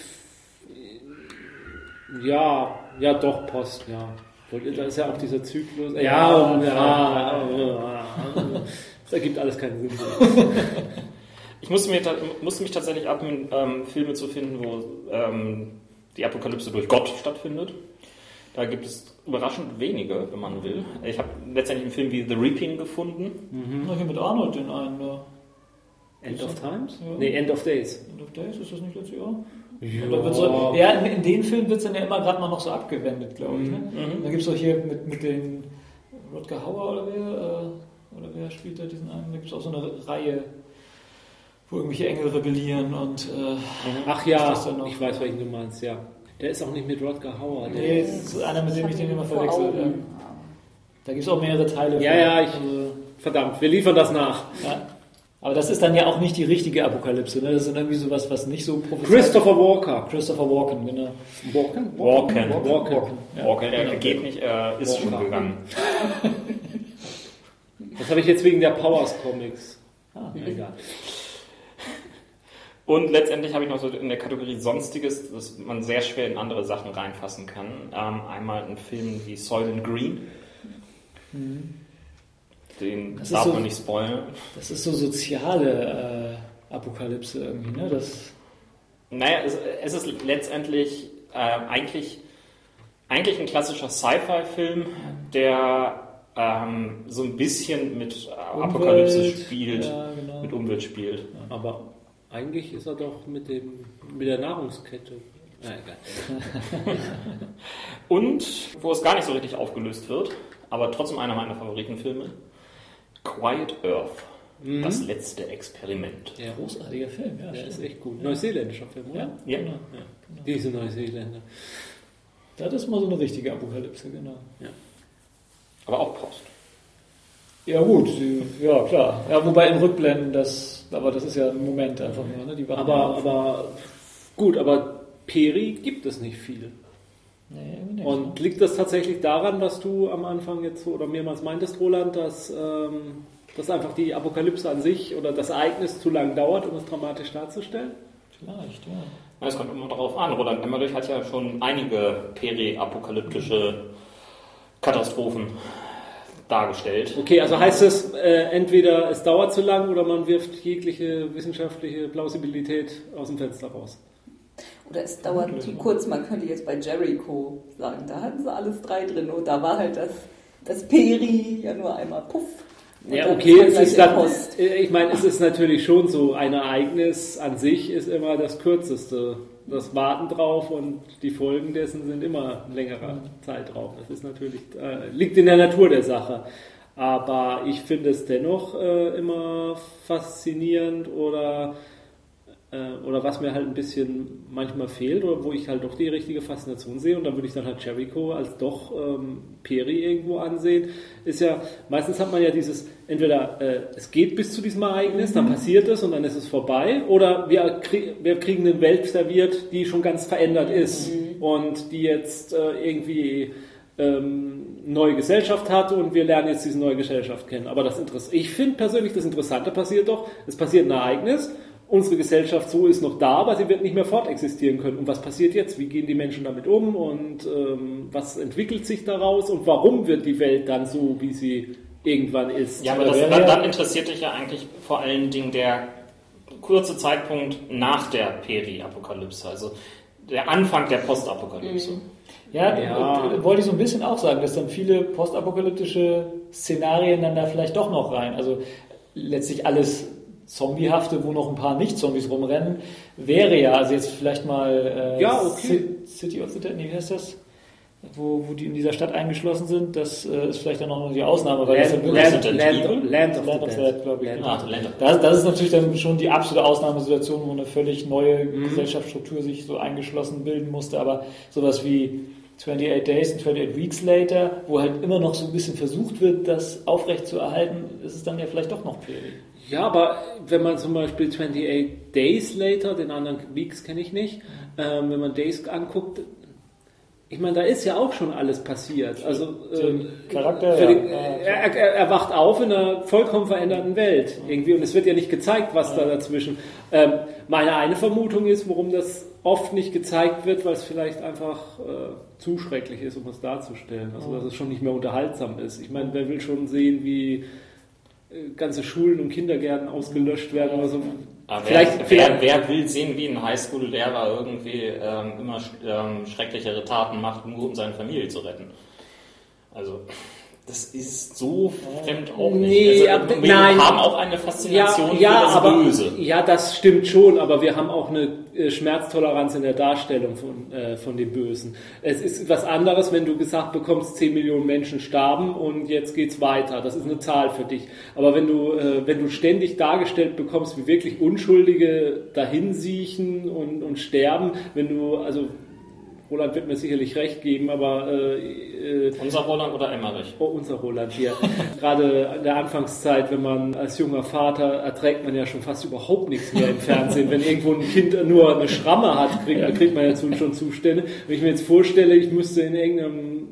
Ja, ja, doch, Post, ja. Da ist ja auch dieser Zyklus. Ja, ja, ja, ja. Das ergibt alles keinen Sinn. Ich musste, mir, ta- musste mich tatsächlich abmühen, ähm, Filme zu finden, wo ähm, die Apokalypse durch Gott stattfindet. Da gibt es überraschend wenige, wenn man will. Ich habe letztendlich einen Film wie The Reaping gefunden. Na, hier mit Arnold den einen da. End of Times? Ja. Nee, End of Days. End of Days, ist das nicht letztes Jahr? Ja. Und da wird so, ja, in, in den Filmen wird es dann ja immer gerade mal noch so abgewendet, glaube ich. Ne? Mhm. Da gibt es auch hier mit, mit den Rutger Hauer oder wer, äh, oder wer spielt da diesen einen? Da gibt es auch so eine Reihe, wo irgendwelche Engel rebellieren und äh, Ach ist ja, das dann noch- ich weiß, welchen du meinst, ja. Der ist auch nicht mit Rutger Hauer. Der nee, das ist einer, mit dem ich den immer verwechsel. Ja. Da gibt es auch mehrere Teile. Ja, von. ja, ich- Also, Verdammt, wir liefern das nach. ja. Aber das ist dann ja auch nicht die richtige Apokalypse. Ne? Das ist dann irgendwie sowas, was nicht so prophezeit Christopher Walker. Christopher Walken, genau. Walken? Walken. Walken. Walken. Walken. Ja. Walker, er geht nicht, er ist schon Walker. gegangen. Das habe ich jetzt wegen der Powers Comics. Ah, Egal. Und letztendlich habe ich noch so in der Kategorie Sonstiges, dass man sehr schwer in andere Sachen reinfassen kann. Ähm, einmal einen Film wie Soylent Green. Den Das ist darf so- man nicht spoilern. Das ist so soziale äh, Apokalypse irgendwie, ne? Das, Naja, es, es ist letztendlich äh, eigentlich, eigentlich ein klassischer Sci-Fi-Film, der ähm, so ein bisschen mit äh, Apokalypse Umwelt, spielt, ja, genau. mit Umwelt spielt. Aber eigentlich ist er doch mit, dem, mit der Nahrungskette. Na, egal. Und wo es gar nicht so richtig aufgelöst wird, aber trotzdem einer meiner Favoritenfilme, Quiet Earth, das letzte Experiment. Ja, großartiger Film, ja. der stimmt. ist echt gut. Neuseeländischer Film, oder? Ja, Ja. genau. Ja. Diese Neuseeländer. Das ist mal so eine richtige Apokalypse, genau. Aber auch Post. Ja gut, die, ja klar. Ja, wobei in Rückblenden, das, aber das ist ja ein Moment einfach nur, ne? Die waren Aber, ja- aber gut, aber Peri gibt es nicht viel. nee, irgendwie nicht, Und liegt das tatsächlich daran, dass du am Anfang jetzt so oder mehrmals meintest, Roland, dass, ähm, dass einfach die Apokalypse an sich oder das Ereignis zu lang dauert, um es dramatisch darzustellen? ne? Vielleicht, ja. Es kommt immer darauf an. Roland Emmerich hat ja schon einige periapokalyptische Katastrophen dargestellt. Okay, also heißt es, äh, entweder es dauert zu lang oder man wirft jegliche wissenschaftliche Plausibilität aus dem Fenster raus. Oder es dauert zu kurz, man könnte jetzt bei Jericho sagen, da hatten sie alles drei drin und da war halt das, das Peri ja nur einmal puff. Ja, okay, es ist dann, ich meine, es ist natürlich schon so, ein Ereignis an sich ist immer das Kürzeste. Das Warten drauf und die Folgen dessen sind immer ein längerer Zeitraum. Das ist natürlich, äh, liegt in der Natur der Sache. Aber ich finde es dennoch äh, immer faszinierend oder oder was mir halt ein bisschen manchmal fehlt oder wo ich halt doch die richtige Faszination sehe und dann würde ich dann halt Jericho als doch ähm, Peri irgendwo ansehen, ist ja, meistens hat man ja dieses, entweder äh, es geht bis zu diesem Ereignis, dann passiert es und dann ist es vorbei oder wir, krie- wir kriegen eine Welt serviert, die schon ganz verändert ist mhm. und die jetzt äh, irgendwie ähm, neue Gesellschaft hat und wir lernen jetzt diese neue Gesellschaft kennen. Aber das Interess- ich finde persönlich, das Interessante passiert doch, es passiert ein Ereignis. Unsere Gesellschaft so ist noch da, aber sie wird nicht mehr fortexistieren können. Und was passiert jetzt? Wie gehen die Menschen damit um? Und ähm, was entwickelt sich daraus? Und warum wird die Welt dann so, wie sie irgendwann ist? Ja, aber das, dann, dann interessiert dich ja eigentlich vor allen Dingen der kurze Zeitpunkt nach der Peri-Apokalypse, also der Anfang der Postapokalypse. Mhm. Ja, ja. wollte ich so ein bisschen auch sagen, dass dann viele postapokalyptische Szenarien dann da vielleicht doch noch rein. Also letztlich alles Zombiehafte, wo noch ein paar Nicht-Zombies rumrennen, wäre ja, also jetzt vielleicht mal äh, ja, okay. City of the Dead, nee, wie heißt das? Wo, wo die in dieser Stadt eingeschlossen sind, das äh, ist vielleicht dann noch die Ausnahme, weil Land, das ja Land, Land, Land, Land of, Land of the Dead, glaube ich. Land of the Dead. Das, das ist natürlich dann schon die absolute Ausnahmesituation, wo eine völlig neue mhm. Gesellschaftsstruktur sich so eingeschlossen bilden musste, aber sowas wie twenty-eight Days und twenty-eight Weeks Later, wo halt immer noch so ein bisschen versucht wird, das aufrecht zu erhalten, ist es dann ja vielleicht doch noch Peri. Ja, aber wenn man zum Beispiel twenty-eight Days Later, den anderen Weeks kenne ich nicht, ähm, wenn man Days anguckt, ich meine, da ist ja auch schon alles passiert. Also ähm, Charakter, für den, ja. er, er, er wacht auf in einer vollkommen veränderten Welt irgendwie und es wird ja nicht gezeigt, was ja. da dazwischen. Ähm, meine eine Vermutung ist, warum das oft nicht gezeigt wird, weil es vielleicht einfach äh, zu schrecklich ist, um es darzustellen. Also dass es schon nicht mehr unterhaltsam ist. Ich meine, wer will schon sehen, wie ganze Schulen und Kindergärten ausgelöscht werden oder so. Aber vielleicht, wer, vielleicht, wer, wer will sehen, wie ein Highschool-Lehrer irgendwie ähm, immer ähm, schrecklichere Taten macht, nur um seine Familie zu retten? Also, das ist so fremd auch nicht. Nee, also, aber, wir nein. haben auch eine Faszination ja, ja, für das aber, Böse. Ja, das stimmt schon, aber wir haben auch eine äh, Schmerztoleranz in der Darstellung von, äh, von dem Bösen. Es ist was anderes, wenn du gesagt bekommst, zehn Millionen Menschen starben und jetzt geht's weiter. Das ist eine Zahl für dich. Aber wenn du, äh, wenn du ständig dargestellt bekommst, wie wirklich Unschuldige dahinsiechen und, und sterben, wenn du, also Roland wird mir sicherlich recht geben, aber äh, äh, unser Roland oder Emmerich? Oh, unser Roland hier. Gerade in der Anfangszeit, wenn man als junger Vater, erträgt man ja schon fast überhaupt nichts mehr im Fernsehen. Wenn irgendwo ein Kind nur eine Schramme hat, kriegt, kriegt man ja schon Zustände. Wenn ich mir jetzt vorstelle, ich müsste in irgendeinem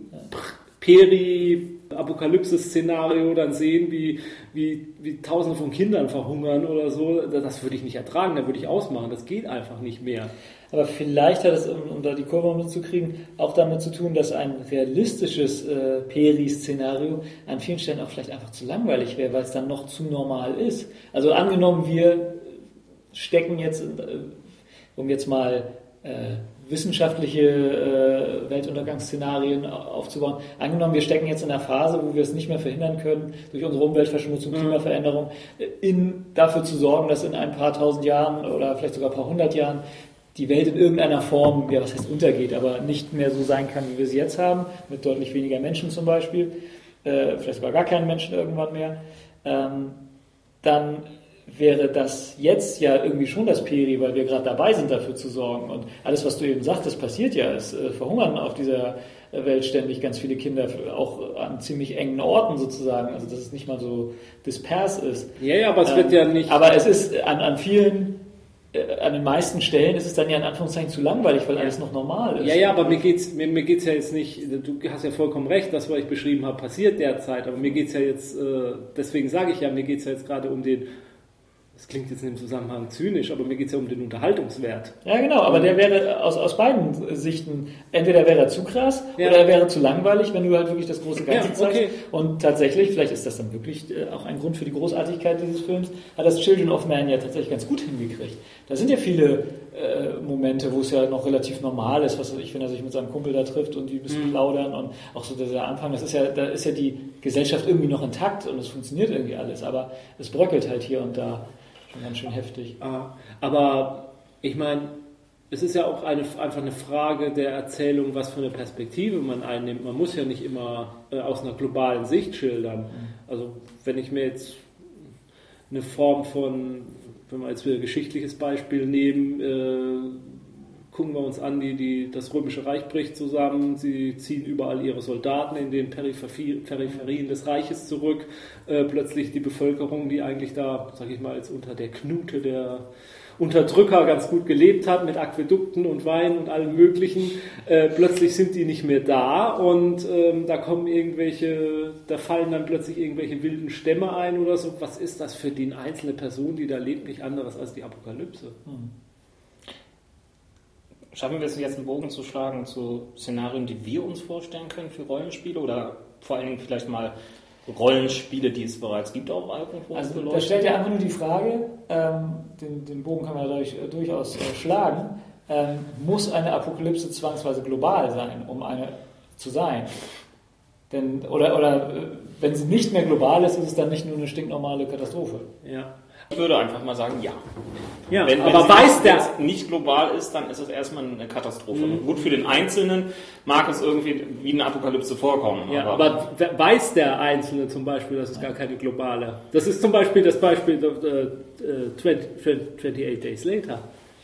Peri-Apokalypse-Szenario dann sehen, wie, wie, wie Tausende von Kindern verhungern oder so, das würde ich nicht ertragen, da würde ich ausmachen. Das geht einfach nicht mehr. Aber vielleicht hat es, um, um da die Kurve mitzukriegen, auch damit zu tun, dass ein realistisches äh, Peri-Szenario an vielen Stellen auch vielleicht einfach zu langweilig wäre, weil es dann noch zu normal ist. Also angenommen, wir stecken jetzt, äh, um jetzt mal äh, wissenschaftliche äh, Weltuntergangsszenarien aufzubauen, angenommen, wir stecken jetzt in einer Phase, wo wir es nicht mehr verhindern können, durch unsere Umweltverschmutzung, Klimaveränderung, in, dafür zu sorgen, dass in ein paar tausend Jahren oder vielleicht sogar ein paar hundert Jahren die Welt in irgendeiner Form, ja, was heißt untergeht, aber nicht mehr so sein kann, wie wir sie jetzt haben, mit deutlich weniger Menschen zum Beispiel, äh, vielleicht sogar gar keinen Menschen irgendwann mehr, ähm, dann wäre das jetzt ja irgendwie schon das Peri, weil wir gerade dabei sind, dafür zu sorgen. Und alles, was du eben sagtest, passiert ja. Es äh, verhungern auf dieser Welt ständig ganz viele Kinder, auch an ziemlich engen Orten sozusagen, also dass es nicht mal so dispers ist. Ja, ja, aber es ähm, wird ja nicht... Aber es ist an, an vielen... An den meisten Stellen ist es dann ja in Anführungszeichen zu langweilig, weil ja. alles noch normal ist. Ja, ja, aber mir geht's, mir, mir geht's ja jetzt nicht, du hast ja vollkommen recht, das, was ich beschrieben habe, passiert derzeit, aber mir geht's ja jetzt, äh, deswegen sage ich ja, mir geht's ja jetzt gerade um den das klingt jetzt in dem Zusammenhang zynisch, aber mir geht es ja um den Unterhaltungswert. Ja, genau, aber der wäre aus, aus beiden Sichten, entweder wäre er zu krass Ja. oder er wäre zu langweilig, wenn du halt wirklich das große Ganze Ja, zeigst. okay. Und tatsächlich, vielleicht ist das dann wirklich äh, auch ein Grund für die Großartigkeit dieses Films, hat das Children of Man ja tatsächlich ganz gut hingekriegt. Da sind ja viele äh, Momente, wo es ja noch relativ normal ist, was weiß ich, wenn er sich mit seinem Kumpel da trifft und die ein bisschen Mhm. plaudern und auch so dieser Anfang, das ist ja, da ist ja die Gesellschaft irgendwie noch intakt und es funktioniert irgendwie alles, aber es bröckelt halt hier und da schon ganz schön heftig. Ah, aber ich meine, es ist ja auch eine, einfach eine Frage der Erzählung, was für eine Perspektive man einnimmt. Man muss ja nicht immer äh, aus einer globalen Sicht schildern. Also wenn ich mir jetzt eine Form von, wenn wir jetzt wieder ein geschichtliches Beispiel nehmen, äh, gucken wir uns an, die, die, das Römische Reich bricht zusammen, sie ziehen überall ihre Soldaten in den Peripherie, Peripherien des Reiches zurück, äh, plötzlich die Bevölkerung, die eigentlich da, sag ich mal, jetzt unter der Knute der Unterdrücker ganz gut gelebt hat, mit Aquädukten und Wein und allem Möglichen, äh, plötzlich sind die nicht mehr da und ähm, da kommen irgendwelche, da fallen dann plötzlich irgendwelche wilden Stämme ein oder so. Was ist das für die einzelne Person, die da lebt, nicht anderes als die Apokalypse? Hm. Schaffen wir es jetzt, einen Bogen zu schlagen zu Szenarien, die wir uns vorstellen können für Rollenspiele oder vor allen Dingen vielleicht mal Rollenspiele, die es bereits gibt, auch irgendwo? Also da stellt ja einfach nur die Frage, ähm, den, den Bogen kann man dadurch äh, durchaus äh, schlagen, ähm, muss eine Apokalypse zwangsweise global sein, um eine zu sein? Denn, oder oder äh, wenn sie nicht mehr global ist, ist es dann nicht nur eine stinknormale Katastrophe. Ja. Ich würde einfach mal sagen, ja. Ja, wenn, wenn aber sie weiß der... jetzt nicht global ist, dann ist es erstmal eine Katastrophe. Mhm. Gut, für den Einzelnen mag es irgendwie wie eine Apokalypse vorkommen. Ja, aber, aber weiß der Einzelne zum Beispiel, das ist gar keine globale. Das ist zum Beispiel das Beispiel äh, twenty-eight Days Later.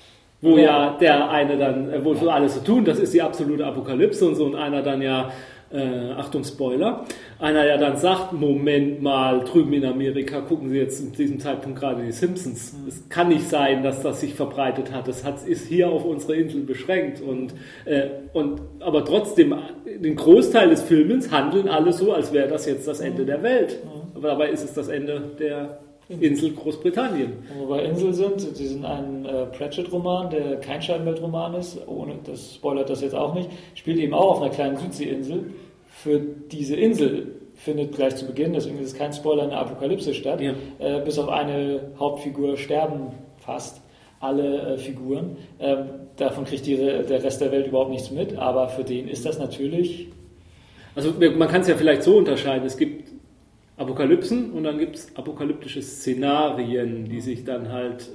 Wo ja. ja der eine dann, wo so alles so tun, das ist die absolute Apokalypse und so, und einer dann ja, äh, Achtung Spoiler, einer ja dann sagt, Moment mal, drüben in Amerika gucken Sie jetzt zu diesem Zeitpunkt gerade die Simpsons. Mhm. Es kann nicht sein, dass das sich verbreitet hat. Das hat, ist hier auf unserer Insel beschränkt. Und, äh, und, aber trotzdem, den Großteil des Films handeln alle so, als wäre das jetzt das Ende der Welt. Mhm. Aber dabei ist es das Ende der Insel Großbritannien. Wo wir Insel sind, sie sind ein äh, Pratchett-Roman, der kein Scheibenweltroman ist, ohne, das spoilert das jetzt auch nicht, spielt eben auch auf einer kleinen Südseeinsel. Für diese Insel findet gleich zu Beginn, deswegen ist es kein Spoiler, eine Apokalypse statt. Ja. Äh, bis auf eine Hauptfigur sterben fast alle äh, Figuren. Ähm, davon kriegt die, der Rest der Welt überhaupt nichts mit, aber für den ist das natürlich... Also man kann es ja vielleicht so unterscheiden, es gibt Apokalypsen und dann gibt es apokalyptische Szenarien, die sich dann halt,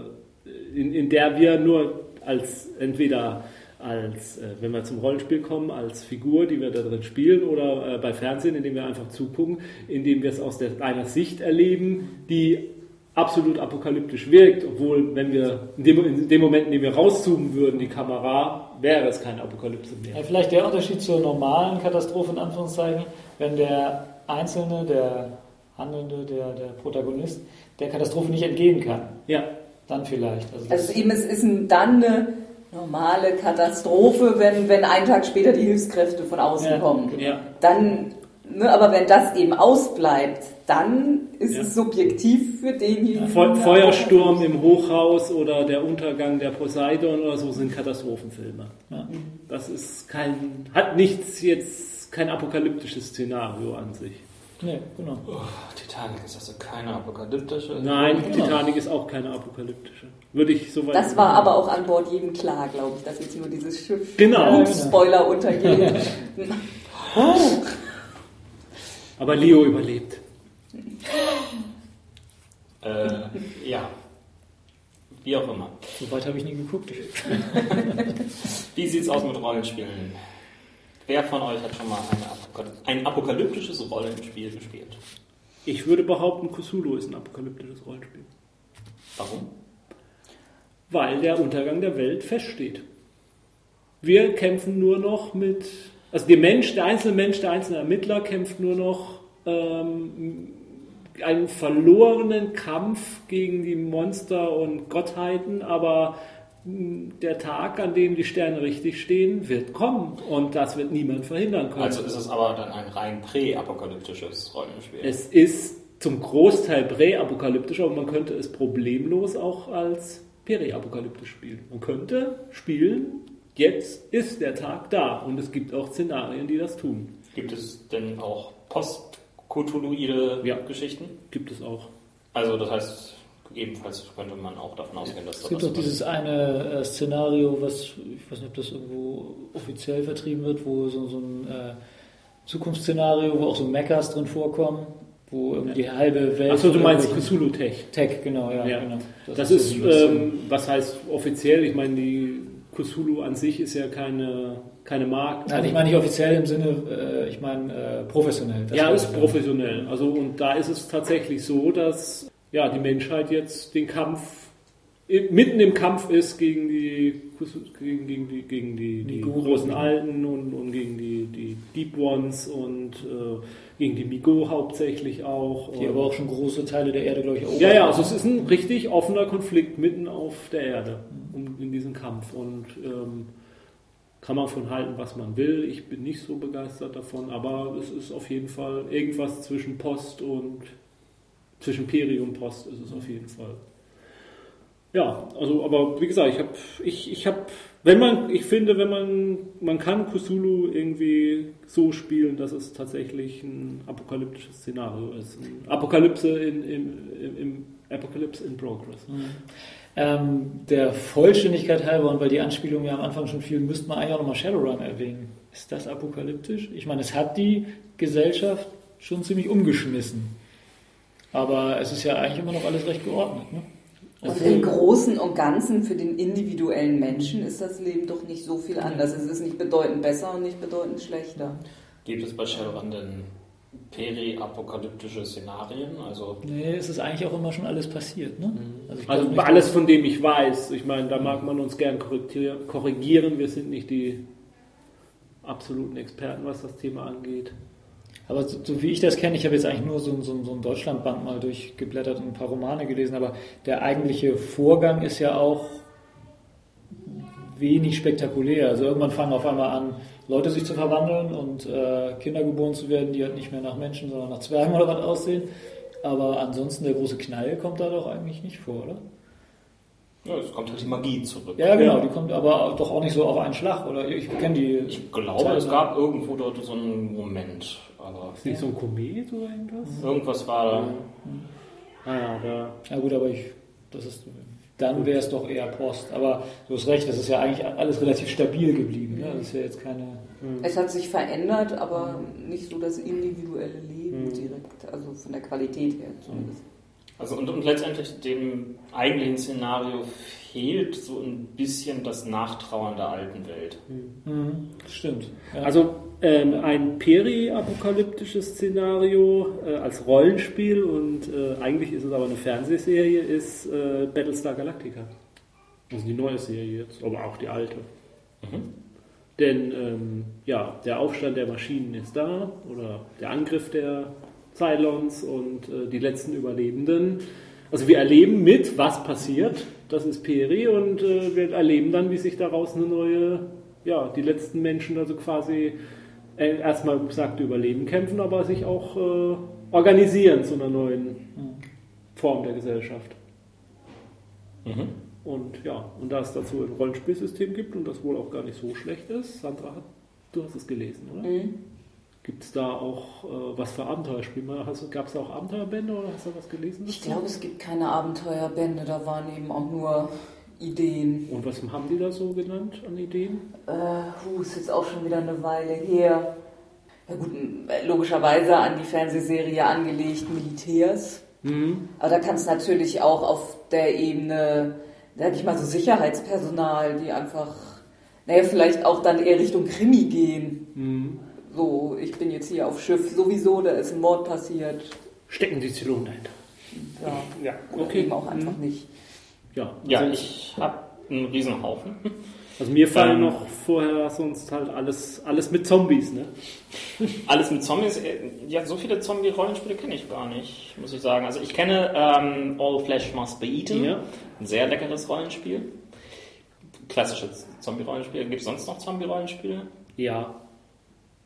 äh, in, in der wir nur als, entweder als, äh, wenn wir zum Rollenspiel kommen, als Figur, die wir da drin spielen, oder äh, bei Fernsehen, indem wir einfach zugucken, indem wir es aus der, einer Sicht erleben, die absolut apokalyptisch wirkt, obwohl, wenn wir in dem, in dem Moment, in dem wir rauszoomen würden, die Kamera, wäre es keine Apokalypse mehr. Ja, vielleicht der Unterschied zur normalen Katastrophe, in Anführungszeichen, wenn der Einzelne, der Handelnde, der, der Protagonist, der Katastrophe nicht entgehen kann. Ja. Dann vielleicht. Also, also eben, es ist ein, dann eine normale Katastrophe, wenn, wenn einen Tag später die Hilfskräfte von außen ja, kommen. genau. Ja. Dann, ne, aber wenn das eben ausbleibt, dann ist ja. es subjektiv für denjenigen. Fe- Feuersturm im Hochhaus oder der Untergang der Poseidon oder so sind Katastrophenfilme. Ja. Das ist kein, hat nichts jetzt, kein apokalyptisches Szenario an sich. Nee, genau. Oh, Titanic ist also keine apokalyptische. Nein, genau. Titanic ist auch keine apokalyptische. Würde ich so weit. Das war aber auch an Bord jedem klar, glaube ich, dass jetzt nur dieses Schiff genau. ja, Spoiler untergeht. Aber Leo überlebt. Äh, ja. Wie auch immer. So weit habe ich nie geguckt. Wie sieht es aus mit Rollenspielen? Wer von euch hat schon mal eine Apokal- ein apokalyptisches Rollenspiel gespielt? Ich würde behaupten, Cthulhu ist ein apokalyptisches Rollenspiel. Warum? Weil der Untergang der Welt feststeht. Wir kämpfen nur noch mit, also der Mensch, der einzelne Mensch, der einzelne Ermittler kämpft nur noch ähm, einen verlorenen Kampf gegen die Monster und Gottheiten, aber der Tag, an dem die Sterne richtig stehen, wird kommen und das wird niemand verhindern können. Also ist es aber dann ein rein prä-apokalyptisches Rollenspiel. Es ist zum Großteil präapokalyptisch, aber man könnte es problemlos auch als periapokalyptisch spielen. Man könnte spielen, jetzt ist der Tag da und es gibt auch Szenarien, die das tun. Gibt es denn auch post-Cthulhuide Ja. Geschichten? Gibt es auch. Also das heißt, ebenfalls könnte man auch davon ausgehen, dass Es da gibt was auch dieses eine äh, Szenario, was, ich weiß nicht, ob das irgendwo offiziell vertrieben wird, wo so, so ein äh, Zukunftsszenario, wo auch so Mechas drin vorkommen, wo irgendwie die halbe Welt... Achso, du meinst irgendwelchen- Cthulhu-Tech. Tech, genau, ja. Ja. Genau. Das, so ist, ein bisschen- ähm, was heißt offiziell? Ich meine, die Cthulhu an sich ist ja keine, keine Marke. Nein, ich meine nicht offiziell im Sinne, äh, ich meine äh, professionell. Das Ja, war ist das, professionell. Also, und da ist es tatsächlich so, dass ja, die Menschheit jetzt den Kampf, mitten im Kampf ist gegen die, gegen, gegen die, gegen die, die Migo. großen Alten und, und gegen die, die Deep Ones und äh, gegen die Migo hauptsächlich auch. Die aber auch schon große Teile der Erde, glaube ich, erobert Ja, ja, haben. also es ist ein richtig offener Konflikt mitten auf der Erde um, in diesem Kampf und ähm, kann man von halten, was man will. Ich bin nicht so begeistert davon, aber es ist auf jeden Fall irgendwas zwischen Post und zwischen Peri und Post ist es auf jeden Fall. Ja, also, aber wie gesagt, ich habe, ich, ich habe, wenn man, ich finde, wenn man, man kann Cthulhu irgendwie so spielen, dass es tatsächlich ein apokalyptisches Szenario ist. Ein Apokalypse in, im, im, im Apocalypse in Progress. Mhm. Ähm, der Vollständigkeit halber, und weil die Anspielung ja am Anfang schon fiel, müsste man eigentlich auch nochmal Shadowrun erwähnen. Ist das apokalyptisch? Ich meine, es hat die Gesellschaft schon ziemlich umgeschmissen. Aber es ist ja eigentlich immer noch alles recht geordnet. Ne? Und Also- im Großen und Ganzen für den individuellen Menschen ist das Leben doch nicht so viel anders. Es ist nicht bedeutend besser und nicht bedeutend schlechter. Gibt es bei Shadowrun denn peri-apokalyptische Szenarien? Also Nee, es ist eigentlich auch immer schon alles passiert. Ne? Also, ich Also glaub nicht, alles, von dem ich weiß. Ich meine, da mag man uns gern korrigier- korrigieren. Wir sind nicht die absoluten Experten, was das Thema angeht. Aber so, so wie ich das kenne, ich habe jetzt eigentlich nur so, so, so ein Deutschlandband mal durchgeblättert und ein paar Romane gelesen, aber der eigentliche Vorgang ist ja auch wenig spektakulär. Also irgendwann fangen auf einmal an, Leute sich zu verwandeln und äh, Kinder geboren zu werden, die halt nicht mehr nach Menschen, sondern nach Zwergen oder was aussehen. Aber ansonsten der große Knall kommt da doch eigentlich nicht vor, oder? ja, es kommt halt die Magie zurück. Ja, genau, die kommt aber doch auch nicht so auf einen Schlag, oder? Ich kenne die... Ich glaube, es gab irgendwo dort so einen Moment, aber Ist nicht so ein Komet oder irgendwas? irgendwas war da. Ah ja, da. Ja gut, aber ich, das ist, dann wäre es doch eher Post. Aber du hast recht, das ist ja eigentlich alles relativ stabil geblieben. Ne? Das ist ja jetzt keine... Es hat sich verändert, aber nicht so das individuelle Leben direkt, also von der Qualität her zumindest. Also und, und letztendlich dem eigentlichen Szenario fehlt so ein bisschen das Nachtrauern der alten Welt. Mhm, stimmt. Ja. Also ähm, ein peri-apokalyptisches Szenario äh, als Rollenspiel und äh, eigentlich ist es aber eine Fernsehserie, ist äh, Battlestar Galactica. Also die neue Serie jetzt, aber auch die alte. Mhm. Denn ähm, ja, der Aufstand der Maschinen ist da oder der Angriff der Cylons und äh, die letzten Überlebenden. Also wir erleben mit, was passiert, das ist Peri und äh, wir erleben dann, wie sich daraus eine neue, ja, die letzten Menschen also quasi äh, erstmal gesagt Überleben kämpfen, aber sich auch äh, organisieren zu einer neuen Form der Gesellschaft. Mhm. Und ja, und da es dazu ein Rollenspielsystem gibt und das wohl auch gar nicht so schlecht ist, Sandra, du hast es gelesen, oder? Mhm. Gibt es da auch äh, was für Abenteuerspiele? Gab es da auch Abenteuerbände oder hast du was gelesen? Ich glaube, es gibt keine Abenteuerbände, da waren eben auch nur Ideen. Und was haben die da so genannt an Ideen? Äh, puh, ist jetzt auch schon wieder eine Weile her. Ja gut, logischerweise an die Fernsehserie angelegt Militärs. Mhm. Aber da kann es natürlich auch auf der Ebene, sag ich mal, so Sicherheitspersonal, die einfach, naja, vielleicht auch dann eher Richtung Krimi gehen. Mhm. So, ich bin jetzt hier auf Schiff sowieso, da ist ein Mord passiert. Stecken die Zylonen dahinter? Ja, Ja, oder okay. eben auch einfach Mhm. nicht. Ja, Ja, also, ich habe einen Riesenhaufen. also mir fallen Ähm, noch vorher sonst halt alles, alles mit Zombies, ne? Alles mit Zombies. äh, Ja, so viele Zombie-Rollenspiele kenne ich gar nicht, muss ich sagen. Also ich kenne ähm, All Flesh Must Be Eaten. Ja. Ein sehr leckeres Rollenspiel. Klassisches Zombie-Rollenspiel. Gibt es sonst noch Zombie-Rollenspiele? Ja.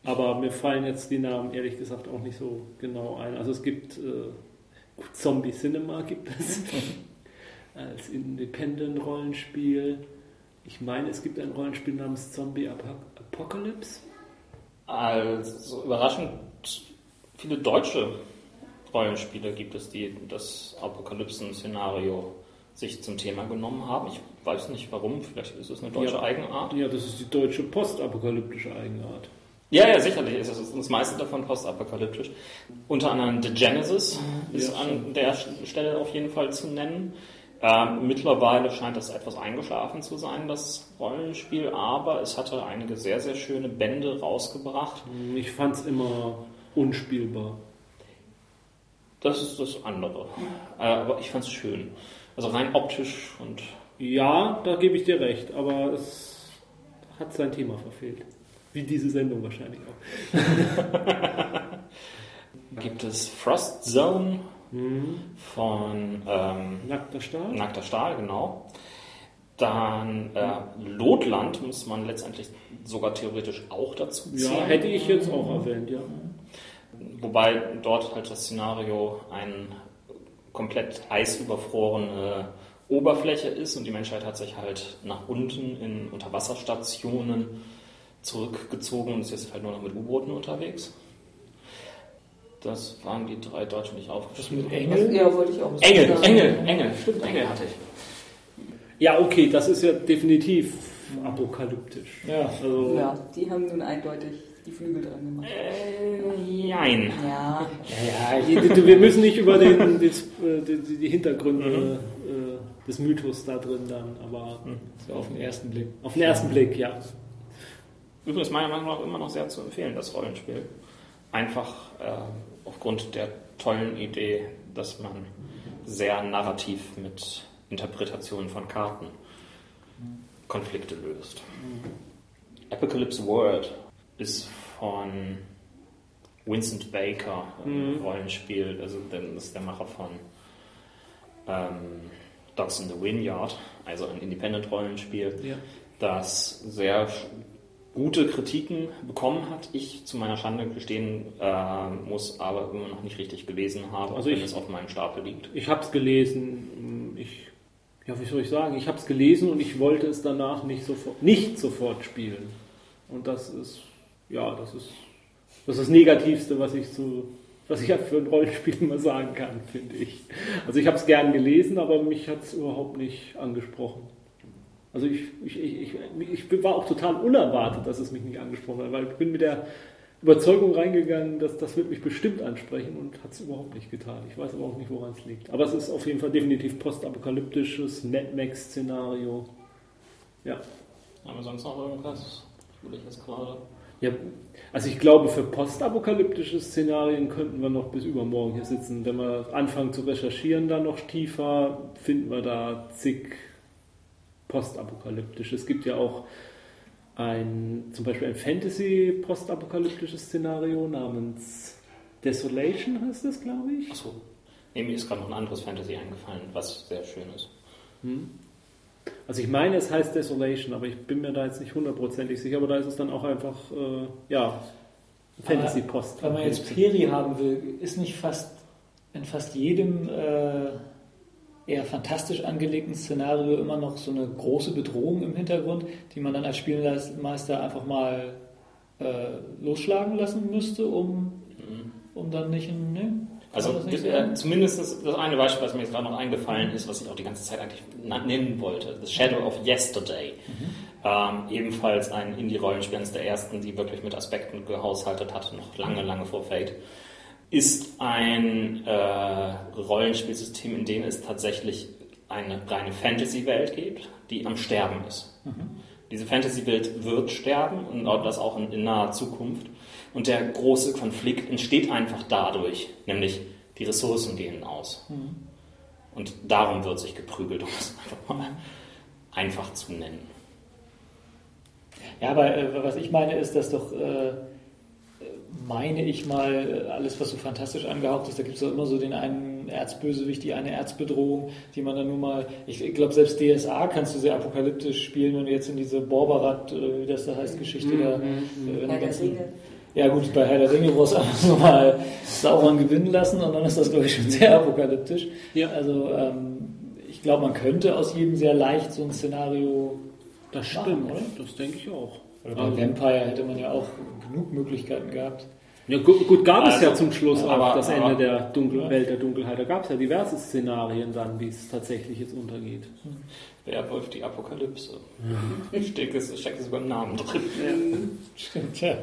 Aber mir fallen jetzt die Namen ehrlich gesagt auch nicht so genau ein. Also es gibt äh, Zombie Cinema gibt es als Independent-Rollenspiel. Ich meine, es gibt ein Rollenspiel namens Zombie Apocalypse. Also überraschend viele deutsche Rollenspiele gibt es, die das Apokalypsen-Szenario sich zum Thema genommen haben. Ich weiß nicht warum, vielleicht ist es eine deutsche ja, Eigenart. Ja, das ist die deutsche postapokalyptische Eigenart. Ja, ja, sicherlich. Es ist das meiste davon postapokalyptisch. Unter anderem The Genesis ist ja, an der Stelle auf jeden Fall zu nennen. Ähm, mittlerweile scheint das etwas eingeschlafen zu sein, das Rollenspiel, aber es hatte einige sehr, sehr schöne Bände rausgebracht. Ich fand es immer unspielbar. Das ist das andere. Äh, aber ich fand es schön. Also rein optisch und... Ja, da gebe ich dir recht, aber es hat sein Thema verfehlt. Wie diese Sendung wahrscheinlich auch. Gibt es Frost Zone mhm. von ähm, Nackter Stahl? Nackter Stahl, genau. Dann äh, Lotland muss man letztendlich sogar theoretisch auch dazu zählen. Ja, hätte ich jetzt auch erwähnt, ja. Wobei dort halt das Szenario ein komplett eisüberfrorene Oberfläche ist und die Menschheit hat sich halt nach unten in Unterwasserstationen zurückgezogen und ist jetzt halt nur noch mit U-Booten unterwegs. Das waren die drei Deutschen, die ich aufgeschrieben habe. Engel? Ja, wollte ich auch. Engel, Engel, Engel, stimmt, Engel hatte ich. Ja, okay, das ist ja definitiv apokalyptisch. Ja, also ja, die haben nun eindeutig die Flügel dran gemacht. Äh, jein. Ja. Ja, ja, wir müssen nicht über den, das, die, die Hintergründe mhm. äh, des Mythos da drin dann, aber so auf den ersten Blick. Auf den ersten Blick, ja. Übrigens meiner Meinung nach immer noch sehr zu empfehlen, das Rollenspiel. Einfach äh, aufgrund der tollen Idee, dass man sehr narrativ mit Interpretationen von Karten Konflikte löst. Mhm. Apocalypse World ist von Vincent Baker, ein mhm. Rollenspiel, also das ist der Macher von ähm, Dogs in the Vineyard, also ein Independent-Rollenspiel, ja. das sehr gute Kritiken bekommen hat. Ich zu meiner Schande gestehen äh, muss, aber immer noch nicht richtig gelesen habe, also wenn ich, es auf meinem Stapel liegt. Ich habe es gelesen, ich, ja, wie soll ich sagen, ich habe es gelesen und ich wollte es danach nicht sofort, nicht sofort spielen. Und das ist, ja, das ist das, ist das Negativste, was ich zu, was ich für ein Rollenspiel immer sagen kann, finde ich. Also ich habe es gern gelesen, aber mich hat es überhaupt nicht angesprochen. Also ich, ich, ich, ich war auch total unerwartet, dass es mich nicht angesprochen hat, weil ich bin mit der Überzeugung reingegangen, dass das wird mich bestimmt ansprechen und hat es überhaupt nicht getan. Ich weiß aber auch nicht, woran es liegt. Aber es ist auf jeden Fall definitiv postapokalyptisches Mad Max-Szenario. Ja. Haben wir sonst noch irgendwas? Würde ich jetzt gerade... Ja, also ich glaube, für postapokalyptische Szenarien könnten wir noch bis übermorgen hier sitzen. Wenn wir anfangen zu recherchieren, dann noch tiefer, finden wir da zig postapokalyptisch. Es gibt ja auch ein, zum Beispiel ein Fantasy-postapokalyptisches Szenario namens Desolation heißt das, glaube ich. Achso, nee, mir ist gerade noch ein anderes Fantasy eingefallen, was sehr schön ist. Hm. Also ich meine, es heißt Desolation, aber ich bin mir da jetzt nicht hundertprozentig sicher, aber da ist es dann auch einfach, äh, ja, Fantasy-Post. Wenn man jetzt Peri haben will, ist nicht fast in fast jedem äh, eher fantastisch angelegten Szenario immer noch so eine große Bedrohung im Hintergrund, die man dann als Spielmeister einfach mal äh, losschlagen lassen müsste, um, mhm. um dann nicht in... Ne? Also äh, zumindest das, das eine Beispiel, was mir jetzt gerade noch eingefallen ist, was ich auch die ganze Zeit eigentlich nennen wollte, The Shadow of Yesterday. Mhm. Ähm, ebenfalls ein Indie-Rollenspiel, eines der ersten, die wirklich mit Aspekten gehaushaltet hat, noch lange, lange vor Fate. Ist ein äh, Rollenspielsystem, in dem es tatsächlich eine reine Fantasy-Welt gibt, die am Sterben ist. Mhm. Diese Fantasy-Welt wird sterben und das auch in, in naher Zukunft. Und der große Konflikt entsteht einfach dadurch, nämlich die Ressourcen gehen aus. Mhm. Und darum wird sich geprügelt, um es einfach mal einfach zu nennen. Ja, aber äh, was ich meine ist, dass doch... Äh meine ich mal, alles, was so fantastisch angehaucht ist, da gibt es doch immer so den einen Erzbösewicht, die eine Erzbedrohung, die man dann nur mal, ich glaube, selbst D S A kannst du sehr apokalyptisch spielen, wenn du jetzt in diese Borbarat, oder wie das da heißt, Geschichte mhm. da, mhm. wenn ja, die ganzen, Ja gut, bei Herr der Ringe brauchst du einfach nur mal Sauron gewinnen lassen und dann ist das, glaube ich, schon sehr apokalyptisch. Ja. Also ähm, ich glaube, man könnte aus jedem sehr leicht so ein Szenario das machen, stimmt, oder? Das denke ich auch. Oder bei also, Vampire hätte man ja auch genug Möglichkeiten gehabt. Ja gut, gut gab also, es ja zum Schluss ja, auch aber, das aber, Ende der Dunkel- ja. Welt der Dunkelheit. Da gab es ja diverse Szenarien dann, wie es tatsächlich jetzt untergeht. Werwolf, die Apokalypse. Mhm. Steckt es steckt sogar einen Namen drin. Ja. Stimmt, ja.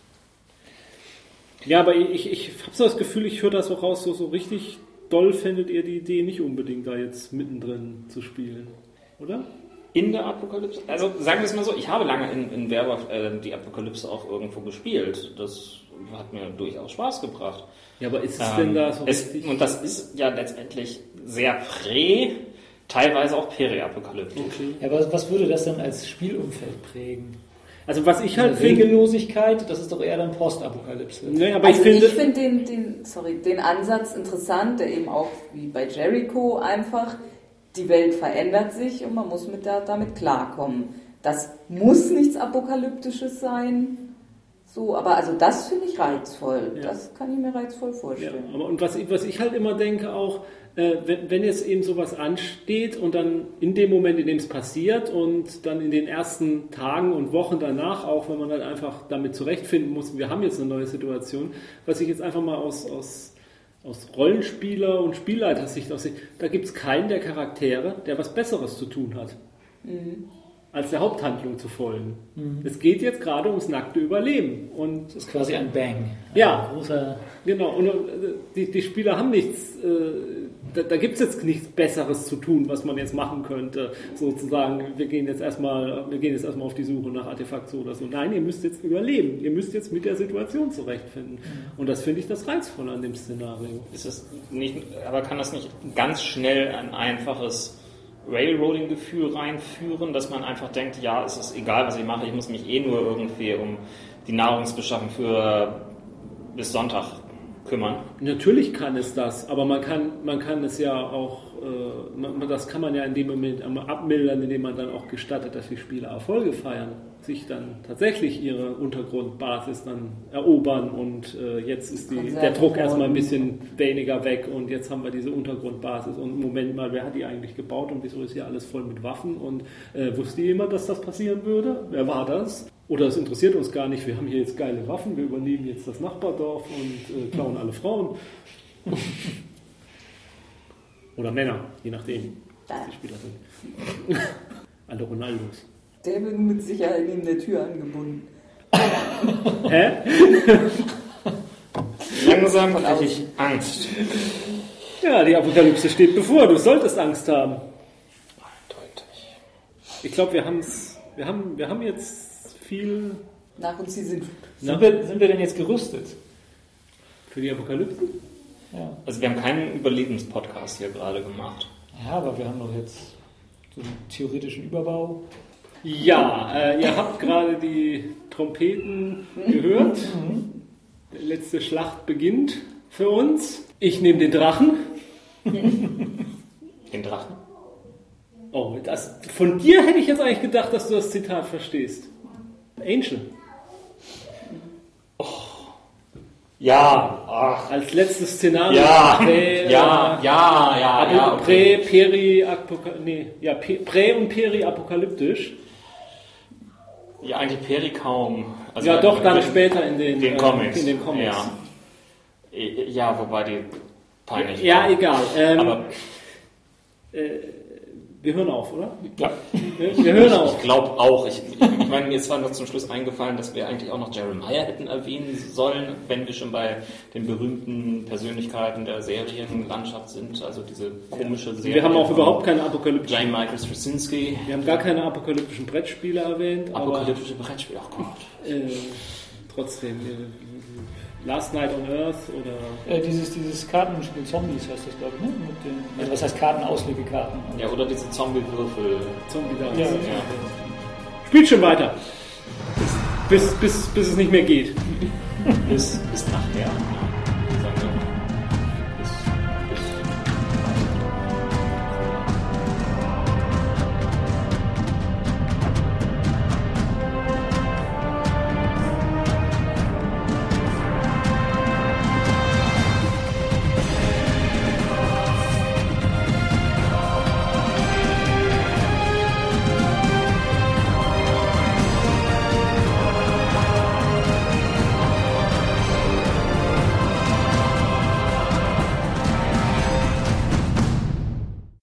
Ja, aber ich, ich habe so das Gefühl, ich höre das auch raus, so, so richtig doll findet ihr die Idee nicht unbedingt, da jetzt mittendrin zu spielen, oder? In der Apokalypse? Also sagen wir es mal so, ich habe lange in, in Werwolf äh, die Apokalypse auch irgendwo gespielt. Das hat mir durchaus Spaß gebracht. Ja, aber ist es ähm, denn da so es, richtig? Und das ist ja letztendlich sehr prä, teilweise auch peri-apokalyptisch. Okay. Ja, was, was würde das dann als Spielumfeld prägen? Also was ich halt finde... Regellosigkeit, das ist doch eher dann Postapokalypse. Nee, aber also ich finde, ich finde den, den, sorry, den Ansatz interessant, der eben auch wie bei Jericho einfach, die Welt verändert sich und man muss mit der, damit klarkommen. Das muss nichts Apokalyptisches sein, so, aber also das finde ich reizvoll. Ja. Das kann ich mir reizvoll vorstellen. Ja, aber und was, was ich halt immer denke auch, äh, wenn, wenn jetzt eben sowas ansteht und dann in dem Moment, in dem es passiert und dann in den ersten Tagen und Wochen danach auch, wenn man dann einfach damit zurechtfinden muss, wir haben jetzt eine neue Situation, was ich jetzt einfach mal aus, aus, aus Rollenspieler- und Spielleitersicht aussehe, da gibt es keinen der Charaktere, der was Besseres zu tun hat. Mhm. als der Haupthandlung zu folgen. Mhm. Es geht jetzt gerade ums nackte Überleben. Und das ist quasi ein Bang. Ja, ein großer genau. Und die, die Spieler haben nichts, äh, da, da gibt es jetzt nichts Besseres zu tun, was man jetzt machen könnte. Sozusagen, wir gehen jetzt erstmal, wir gehen jetzt erstmal auf die Suche nach Artefakt so oder so. Nein, ihr müsst jetzt überleben. Ihr müsst jetzt mit der Situation zurechtfinden. Mhm. Und das finde ich das Reizvolle an dem Szenario. Ist es nicht, aber kann das nicht ganz schnell ein einfaches Railroading-Gefühl reinführen, dass man einfach denkt, ja, es ist egal, was ich mache, ich muss mich eh nur irgendwie um die Nahrungsbeschaffung für bis Sonntag kümmern. Natürlich kann es das, aber man kann, man kann es ja auch, äh, man, das kann man ja in dem Moment abmildern, indem man dann auch gestattet, dass die Spieler Erfolge feiern, sich dann tatsächlich ihre Untergrundbasis dann erobern und äh, jetzt ist die, der Druck erstmal ein bisschen weniger weg und jetzt haben wir diese Untergrundbasis und Moment mal, wer hat die eigentlich gebaut und wieso ist hier alles voll mit Waffen und äh, wusste jemand, dass das passieren würde? Wer war das? Oder es interessiert uns gar nicht, wir haben hier jetzt geile Waffen, wir übernehmen jetzt das Nachbardorf und äh, klauen alle Frauen. Oder Männer, je nachdem, was die Spieler sind. Alle Ronaldos. Der wird mit Sicherheit neben der Tür angebunden. Hä? Langsam kriege ich Angst. Ja, die Apokalypse steht bevor, du solltest Angst haben. Eindeutig. Ich glaube, wir, wir, haben, wir haben jetzt viel... Nach uns die sind. Sind wir, sind wir denn jetzt gerüstet? Für die Apokalypse? Ja. Also wir haben keinen Überlebenspodcast hier gerade gemacht. Ja, aber wir haben doch jetzt so einen theoretischen Überbau. Ja, äh, ihr habt gerade die Trompeten gehört. Die letzte Schlacht beginnt für uns. Ich nehme den Drachen. Den Drachen? Oh, das, von dir hätte ich jetzt eigentlich gedacht, dass du das Zitat verstehst. Angel. Oh. Ja, ach. Als letztes Szenario. Ja, Prä, ja, äh, ja, ja, ja. Okay. Prä, Peri, nee, ja, Prä und Peri-apokalyptisch. Ja, eigentlich Peri kaum. Also ja, doch, dann später in den, den äh, Comics. In den Comics. Ja, ja wobei die peinlich Ja, war. egal. Ähm, Aber äh, wir hören auf, oder? Ja. Wir, wir hören auf. Ich glaube auch. Ich, ich meine, mir ist zwar noch zum Schluss eingefallen, dass wir eigentlich auch noch Jeremiah hätten erwähnen sollen, wenn wir schon bei den berühmten Persönlichkeiten der Serienlandschaft sind. Also diese komische Serie. Wir haben auch überhaupt keine apokalyptischen... J. Michael Straczynski. Wir haben gar keine apokalyptischen Brettspiele erwähnt. Apokalyptische Brettspiele, oh Gott. Äh, trotzdem, äh, Last Night on Earth oder... Äh, dieses, dieses Kartenspiel Zombies heißt das, glaube ich, ne? Mit den, also was heißt Karten, Auslegekarten? Ja, oder diese Zombie-Würfel. Zombie-Dice. Ja, Ja. ja. Spielt schon weiter. Bis, bis, bis es nicht mehr geht. bis, bis nachher.